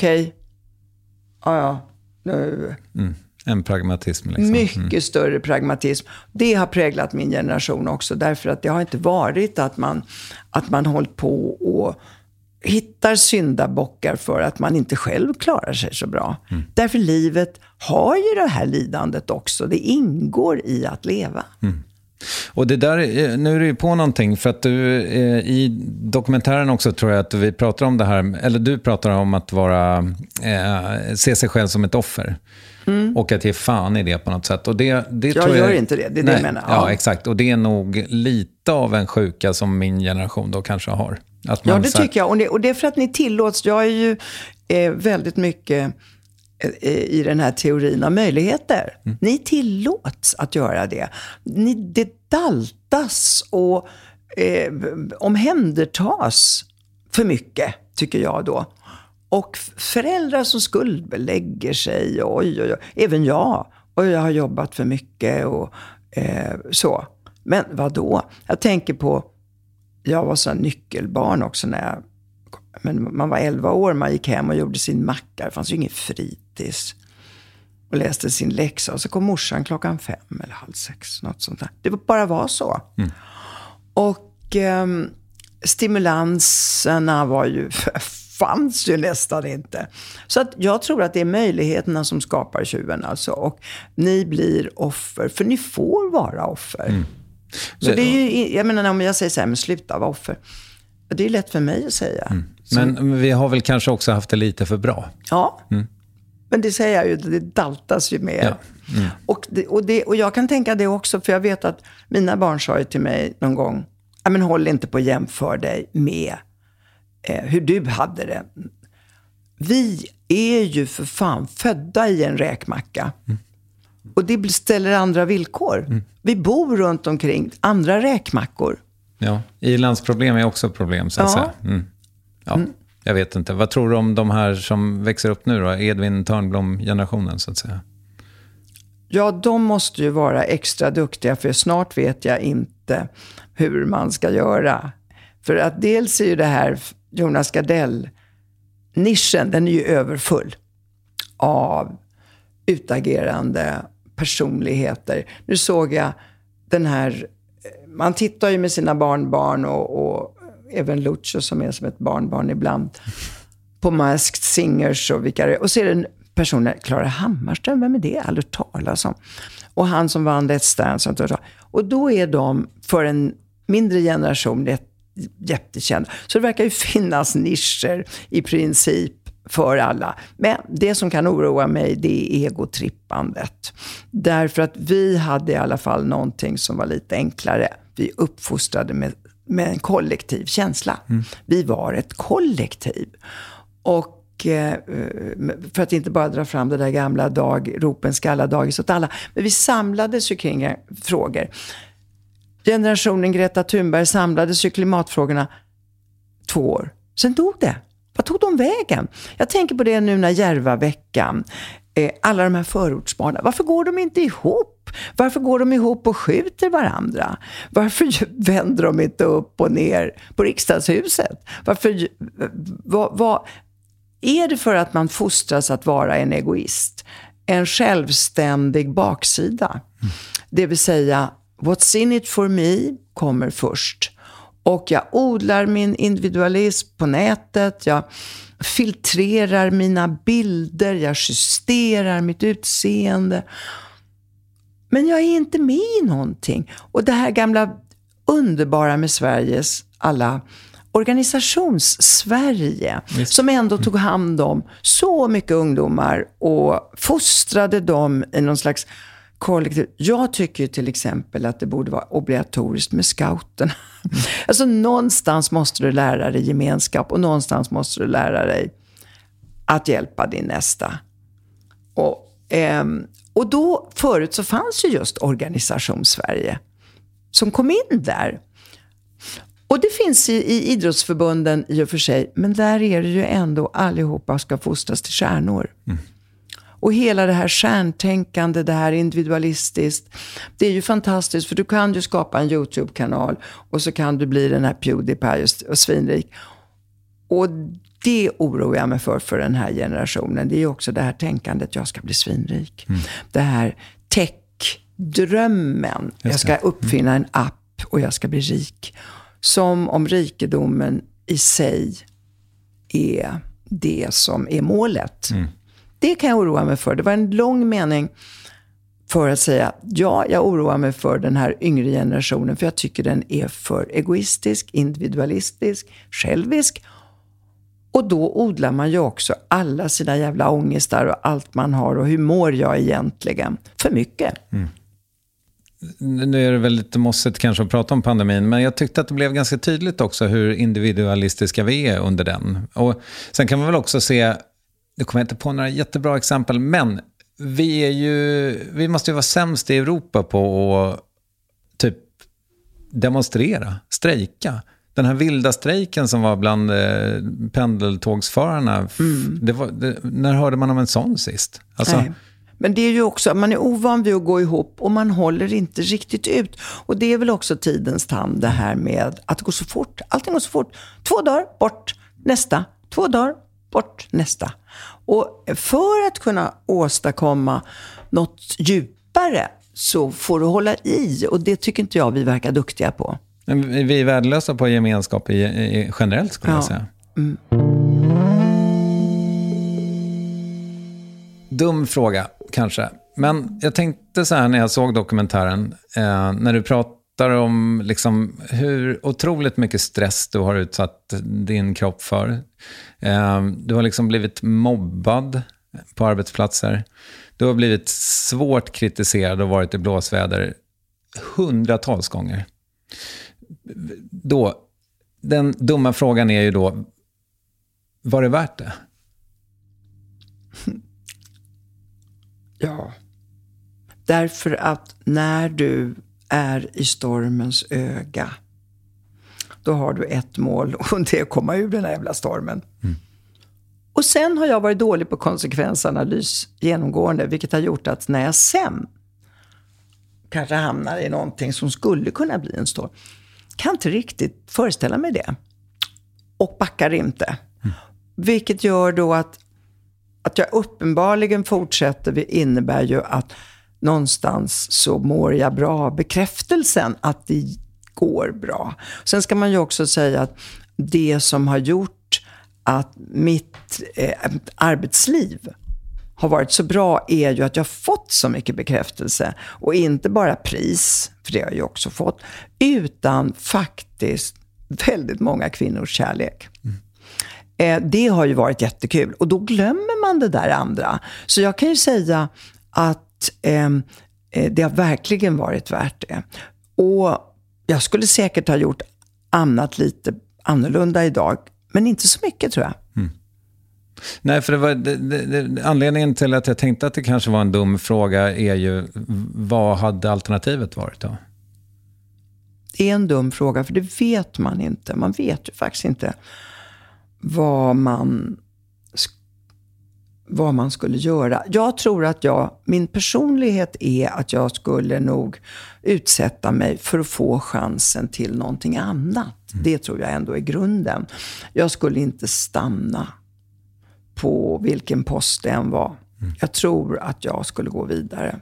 nu. En pragmatism liksom. Mycket större pragmatism. Det har präglat min generation också, därför att det har inte varit att man hållit på och hittar syndabockar för att man inte själv klarar sig så bra. Därför livet har ju det här lidandet också. Det ingår i att leva. Och det där, nu är du på någonting, för att du i dokumentären också tror jag att vi pratar om det här, eller du pratar om att se sig själv som ett offer. Och att ge fan i det på något sätt. Och det jag tror gör inte det, det är det jag menar. Ja, exakt. Och det är nog lite av en sjuka som min generation då kanske har. Att man, ja, det tycker jag. Och det är för att ni tillåts. Jag är ju väldigt mycket i den här teorin av möjligheter. Ni tillåts att göra det. Det daltas och omhändertas för mycket, tycker jag då. Och föräldrar som skuldbelägger sig. Oj. Även jag. Och jag har jobbat för mycket och så. Men vadå? Jag tänker på, jag var sån nyckelbarn också men man var 11 år, man gick hem och gjorde sin macka. Det fanns ju ingen fritids. Och läste sin läxa. Och så kom morsan 5:00 eller 5:30, något sånt där. Det bara var så. Och stimulanserna fanns ju nästan inte. Så att jag tror att det är möjligheterna som skapar tjuven alltså. Och ni blir offer, för ni får vara offer. Så det är ju, jag menar, om jag säger så här, men sluta vara offer. Det är lätt för mig att säga. Men vi har väl kanske också haft det lite för bra. Ja, men det säger jag ju, det daltas ju med. Och jag kan tänka det också, för jag vet att mina barn sa ju till mig någon gång, men håll inte på att jämföra dig med hur du hade det. Vi är ju för fan födda i en räkmacka. Och det ställer andra villkor. Vi bor runt omkring andra räkmackor. Ja, i-landsproblem är också problem, så att säga. Jag vet inte. Vad tror du om de här som växer upp nu då? Edvin Törnblom-generationen, så att säga. Ja, de måste ju vara extra duktiga, för snart vet jag inte hur man ska göra. För att dels är ju det här Jonas Gardell-nischen, den är ju överfull av utagerande personligheter. Nu såg jag den här, man tittar ju med sina barnbarn och även Lucio som är som ett barnbarn ibland på Masked Singers och vilka, och så är det en person, Klara Hammarström, vem är det? Aldrig talas om. Och han som vann Let's Dance. Och då är de för en mindre generation jättekända. Så det verkar ju finnas nischer i princip för alla. Men det som kan oroa mig, det är egotrippandet. Därför att vi hade i alla fall någonting som var lite enklare. Vi uppfostrade med en kollektiv känsla. Vi var ett kollektiv. Och för att inte bara dra fram det där gamla ropen ska alla dagis åt alla. Men vi samlades ju kring frågor. Generationen Greta Thunberg samlades ju klimatfrågorna 2 år. Sen dog det. Vad tog de vägen? Jag tänker på det nu när Järvaveckan. Alla de här förortsbarnen. Varför går de inte ihop? Varför går de ihop och skjuter varandra? Varför vänder de inte upp och ner på riksdagshuset? Varför... Är det för att man fostras att vara en egoist? En självständig baksida. Det vill säga, what's in it for me kommer först. Och jag odlar min individualism på nätet. Jag filtrerar mina bilder. Jag justerar mitt utseende. Men jag är inte med i någonting. Och det här gamla underbara med Sveriges alla organisations-Sverige som ändå tog hand om så mycket ungdomar och fostrade dem i någon slags kollektiv. Jag tycker till exempel att det borde vara obligatoriskt med scouterna. Alltså någonstans måste du lära dig gemenskap och någonstans måste du lära dig att hjälpa din nästa. Och då förut så fanns ju just Organisations-Sverige som kom in där. Och det finns i idrottsförbunden i och för sig, men där är det ju ändå allihopa ska fostras till stjärnor. Och hela det här stjärntänkande, det här individualistiskt, det är ju fantastiskt för du kan ju skapa en YouTube-kanal och så kan du bli den här PewDiePie och svinrik. Och det oroar jag mig för den här generationen. Det är ju också det här tänkandet, jag ska bli svinrik. Det här tech-drömmen, jag ska uppfinna en app och jag ska bli rik. Som om rikedomen i sig är det som är målet. Det kan jag oroa mig för. Det var en lång mening för att säga, ja, jag oroar mig för den här yngre generationen. För jag tycker den är för egoistisk, individualistisk, självisk. Och då odlar man ju också alla sina jävla ångestar och allt man har. Och hur mår jag egentligen? För mycket. Nu är det väl lite mossigt kanske att prata om pandemin, men jag tyckte att det blev ganska tydligt också hur individualistiska vi är under den. Och sen kan man väl också se, det kommer jag inte på några jättebra exempel, men vi måste ju vara sämst i Europa på att typ demonstrera, strejka. Den här vilda strejken som var bland pendeltågsförarna, när hörde man om en sån sist? Alltså, nej. Men det är ju också, man är ovan vid att gå ihop och man håller inte riktigt ut. Och det är väl också tidens tand det här med att gå så fort. Allting går så fort. 2 dagar, bort, nästa. 2 dagar, bort, nästa. Och för att kunna åstadkomma något djupare så får du hålla i. Och det tycker inte jag vi verkar duktiga på. Men vi är värdelösa på gemenskap generellt skulle jag säga. Dum fråga kanske. Men jag tänkte så här när jag såg dokumentären. När du pratar om liksom hur otroligt mycket stress du har utsatt din kropp för. Du har liksom blivit mobbad på arbetsplatser. Du har blivit svårt kritiserad och varit i blåsväder 100-tals gånger. Då, den dumma frågan är ju då, var det värt det? Ja, därför att när du är i stormens öga, då har du ett mål och det är att komma ur den här jävla stormen. Och sen har jag varit dålig på konsekvensanalys genomgående, vilket har gjort att när jag sen kanske hamnar i någonting som skulle kunna bli en storm, kan inte riktigt föreställa mig det. Och backar inte. Vilket gör då att jag uppenbarligen fortsätter innebär ju att någonstans så mår jag bra. Bekräftelsen att det går bra. Sen ska man ju också säga att det som har gjort att mitt arbetsliv har varit så bra är ju att jag har fått så mycket bekräftelse. Och inte bara pris, för det har jag ju också fått, utan faktiskt väldigt många kvinnors kärlek. Det har ju varit jättekul. Och då glömmer man det där andra. Så jag kan ju säga att det har verkligen varit värt det. Och jag skulle säkert ha gjort annat lite annorlunda idag. Men inte så mycket tror jag. Nej, för det var anledningen till att jag tänkte att det kanske var en dum fråga är ju, vad hade alternativet varit då? Det är en dum fråga, för det vet man inte. Man vet ju faktiskt inte vad man skulle göra. Jag tror att min personlighet är att jag skulle nog utsätta mig för att få chansen till någonting annat. Det tror jag ändå är grunden. Jag skulle inte stanna på vilken post det än var. Jag tror att jag skulle gå vidare.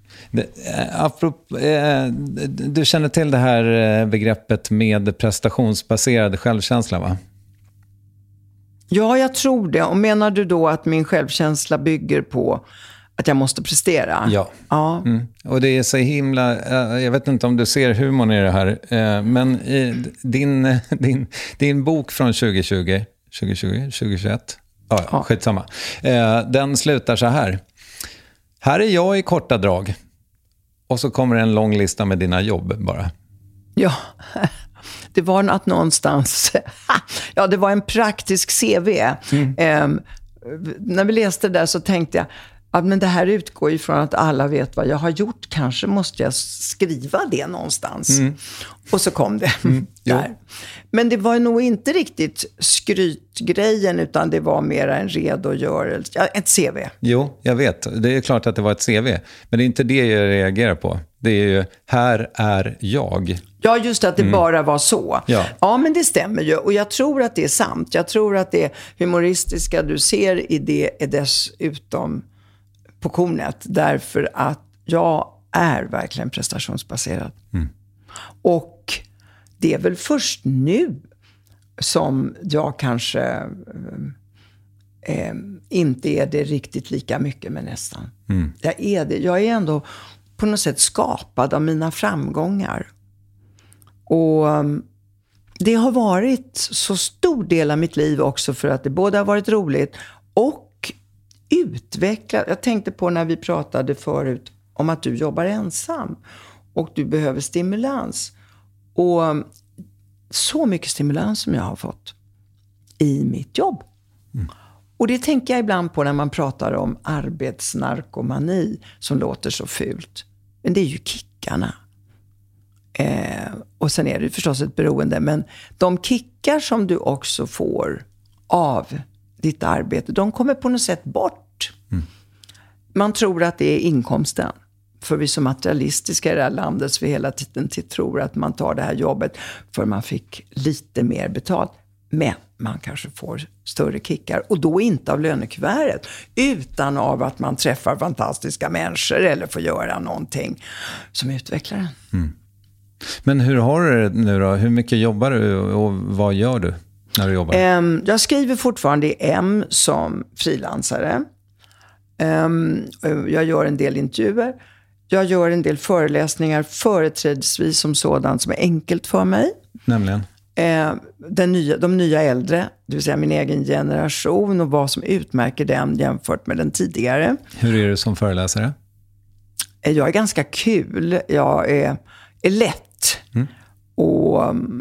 Du känner till det här begreppet med prestationsbaserad självkänsla, va? Ja, jag tror det. Och menar du då att min självkänsla bygger på att jag måste prestera. Ja. Och det är så himla, jag vet inte om du ser humorn i det här, men din bok från 2021, skitsamma. Den slutar så här. Här är jag i korta drag. Och så kommer en lång lista med dina jobb bara. Ja, det var att någonstans... ja, det var en praktisk CV. När vi läste det där så tänkte jag att men det här utgår ifrån att alla vet vad jag har gjort. Kanske måste jag skriva det någonstans. Och så kom det där. Men det var nog inte riktigt skrytgrejen, utan det var mer en redogörelse. Ett CV. Jo, jag vet. Det är klart att det var ett CV. Men det är inte det jag reagerar på. Det är ju, här är jag. Ja, just att det bara var så. Ja, men det stämmer ju. Och jag tror att det är sant. Jag tror att det humoristiska du ser i det är dessutom på kornet. Därför att jag är verkligen prestationsbaserad. Och det är väl först nu som jag kanske inte är det riktigt lika mycket, men nästan. Jag är det. Jag är ändå på något sätt skapad av mina framgångar. Och det har varit så stor del av mitt liv också, för att det både har varit roligt och utvecklat. Jag tänkte på när vi pratade förut om att du jobbar ensam och du behöver stimulans. Och så mycket stimulans som jag har fått i mitt jobb. Och det tänker jag ibland på när man pratar om arbetsnarkomani, som låter så fult. Men det är ju kickarna. Och sen är det förstås ett beroende. Men de kickar som du också får av ditt arbete, de kommer på något sätt bort. Man tror att det är inkomsten. För vi som materialistiska i det här landet, så vi hela tiden tror att man tar det här jobbet för man fick lite mer betalt. Men man kanske får större kickar. Och då inte av lönekuvertet, utan av att man träffar fantastiska människor eller får göra någonting som utvecklar en. Men hur har du det nu då? Hur mycket jobbar du och vad gör du när du jobbar? Jag skriver fortfarande i M som frilansare. Jag gör en del intervjuer. Jag gör en del föreläsningar, företrädesvis som sådant som är enkelt för mig. Nämligen? De nya äldre, det vill säga min egen generation, och vad som utmärker den jämfört med den tidigare. Hur är du som föreläsare? Jag är ganska kul. Jag är lätt. Och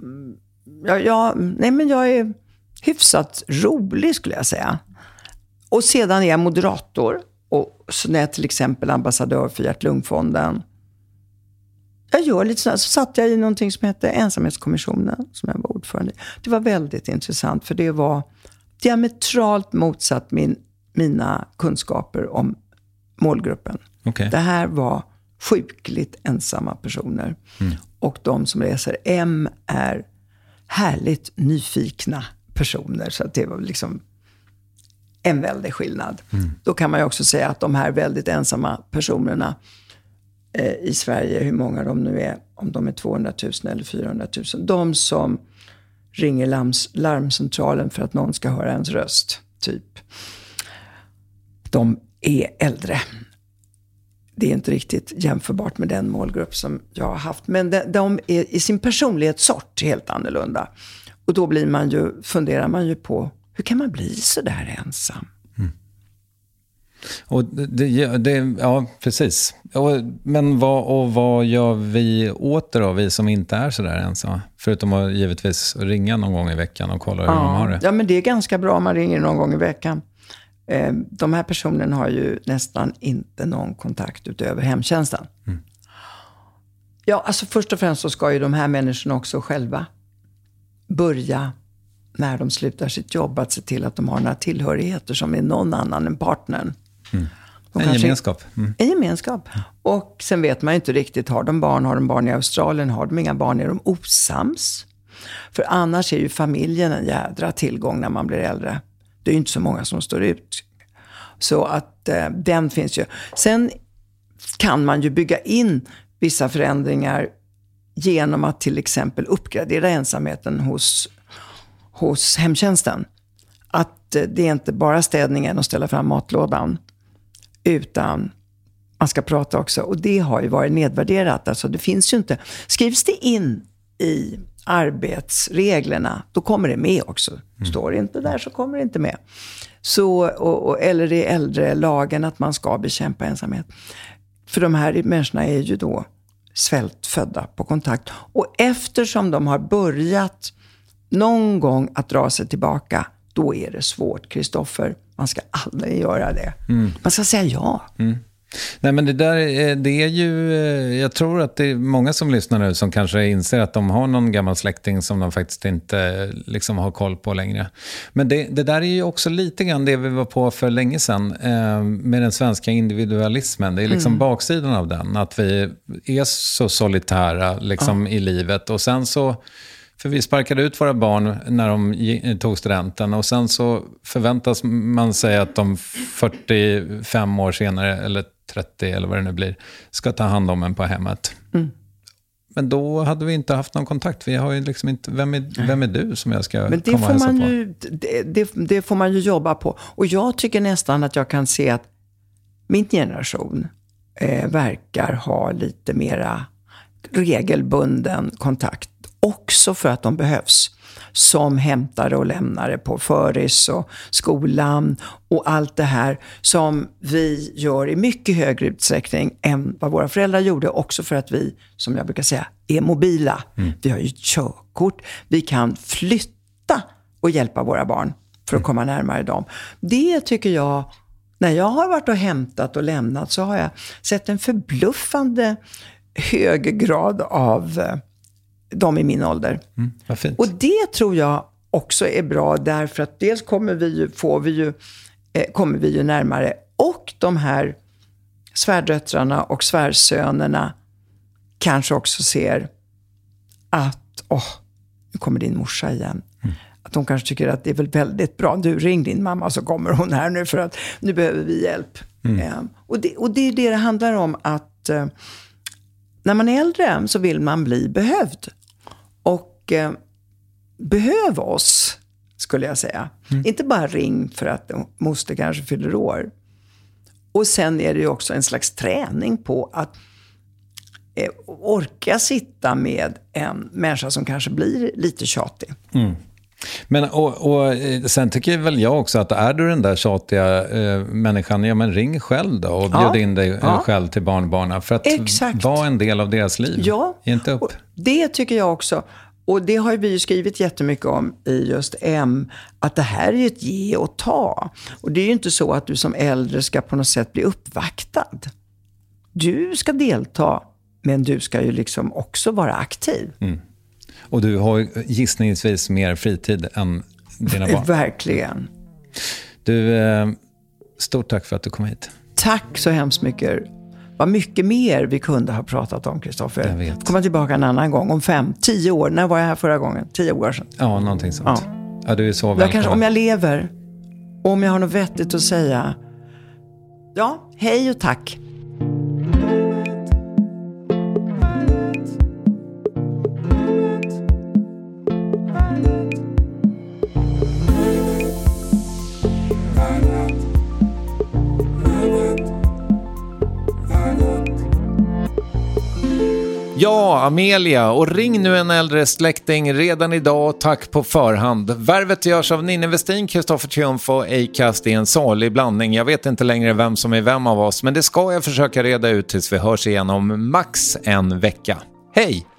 jag är hyfsat rolig, skulle jag säga. Och sedan är jag moderator. Och så när jag till exempel ambassadör för Hjärt-Lungfonden. Jag gör lite sådär. Så satt jag i någonting som heter Ensamhetskommissionen, som jag var ordförande i. Det var väldigt intressant, för det var diametralt motsatt mina kunskaper om målgruppen. Okay. Det här var sjukligt ensamma personer. Och de som läser M är härligt nyfikna personer. Så att det var liksom en väldig skillnad. Då kan man ju också säga att de här väldigt ensamma personerna i Sverige, hur många de nu är, om de är 200 000 eller 400 000, de som ringer larmcentralen för att någon ska höra ens röst, typ, de är äldre. Det är inte riktigt jämförbart med den målgrupp som jag har haft. Men de är i sin personlighetssort helt annorlunda. Och då funderar man ju på, hur kan man bli så där ensam? Och ja, precis. Men vad gör vi åt det då, vi som inte är så där ensamma? Förutom att givetvis ringa någon gång i veckan och kolla hur de har det. Ja, men det är ganska bra om man ringer någon gång i veckan. De här personerna har ju nästan inte någon kontakt utöver hemtjänsten. Ja, alltså först och främst så ska ju de här människorna också själva börja, när de slutar sitt jobb, att se till att de har några tillhörigheter som är någon annan än partnern. En gemenskap. En gemenskap. Och sen vet man ju inte riktigt, har de barn i Australien, har de inga barn, är de osams? För annars är ju familjen en jädra tillgång när man blir äldre. Det är ju inte så många som står ut. Så att den finns ju. Sen kan man ju bygga in vissa förändringar genom att till exempel uppgradera ensamheten hos hemtjänsten. Att det är inte bara städningen och ställa fram matlådan. utan man ska prata också. Och det har ju varit nedvärderat. Alltså det finns ju inte. Skrivs det in i arbetsreglerna, då kommer det med också. Står det inte där så kommer det inte med. Så, eller i äldrelagen att man ska bekämpa ensamhet. För de här människorna är ju då svältfödda på kontakt. Och eftersom de har börjat någon gång att dra sig tillbaka, då är det svårt, Kristoffer. Man ska aldrig göra det. Man ska säga ja. Nej, men det är ju, jag tror att det är många som lyssnar nu som kanske inser att de har någon gammal släkting som de faktiskt inte liksom har koll på längre. Men det där är ju också lite grann det vi var på för länge sedan med den svenska individualismen. Det är liksom baksidan av den, att vi är så solitära liksom i livet, och sen så, för vi sparkade ut våra barn när de tog studenten, och sen så förväntas man säga att de 45 år senare, eller 30 eller vad det nu blir, ska ta hand om en på hemmet. Men då hade vi inte haft någon kontakt. Vi har ju liksom inte, vem är du som jag ska komma och hälsa på? Det får man ju jobba på. Och jag tycker nästan att jag kan se att min generation verkar ha lite mera regelbunden kontakt. Också för att de behövs som hämtare och lämnare på föris och skolan och allt det här som vi gör i mycket högre utsträckning än vad våra föräldrar gjorde, också för att vi, som jag brukar säga, är mobila. Vi har ju körkort, vi kan flytta och hjälpa våra barn för att komma närmare dem. Det tycker jag, när jag har varit och hämtat och lämnat, så har jag sett en förbluffande hög grad av de i min ålder. Vad fint. Och det tror jag också är bra, därför att dels kommer vi ju närmare, och de här svärdöttrarna och svärsönerna kanske också ser att nu kommer din morsa igen. Att de kanske tycker att det är väl väldigt bra. Du, ring din mamma så kommer hon här nu, för att nu behöver vi hjälp. Och det är det handlar om, att när man är äldre så vill man bli behövd. Och behöv oss, skulle jag säga. Inte bara ring för att moster kanske fyller år. Och sen är det ju också en slags träning på att orka sitta med en människa som kanske blir lite tjatig. Men och sen tycker väl jag också att är du den där tjatiga människan, ja men ring själv då och bjud in dig själv till barnbarnen för att vara en del av deras liv. Ja, inte upp. Det tycker jag också. Och det har vi ju skrivit jättemycket om i just att det här är ett ge och ta. Och det är ju inte så att du som äldre ska på något sätt bli uppvaktad. Du ska delta, men du ska ju liksom också vara aktiv. Och du har gissningsvis mer fritid än dina barn. Verkligen. Du, stort tack för att du kom hit. Tack så hemskt mycket. Vad mycket mer vi kunde ha pratat om, Kristoffer. Jag vet. Komma tillbaka en annan gång, om 5-10 år. När var jag här förra gången? 10 år sedan. Ja, någonting sånt. Ja, du är så välkommen. Kanske, om jag lever, och om jag har något vettigt att säga. Ja, hej och tack. Ja, Amelia, och ring nu en äldre släkting redan idag, tack på förhand. Värvet görs av Ninni Westin, Kristoffer Triumf och Acast i en salig blandning. Jag vet inte längre vem som är vem av oss, men det ska jag försöka reda ut tills vi hörs igen om max en vecka. Hej!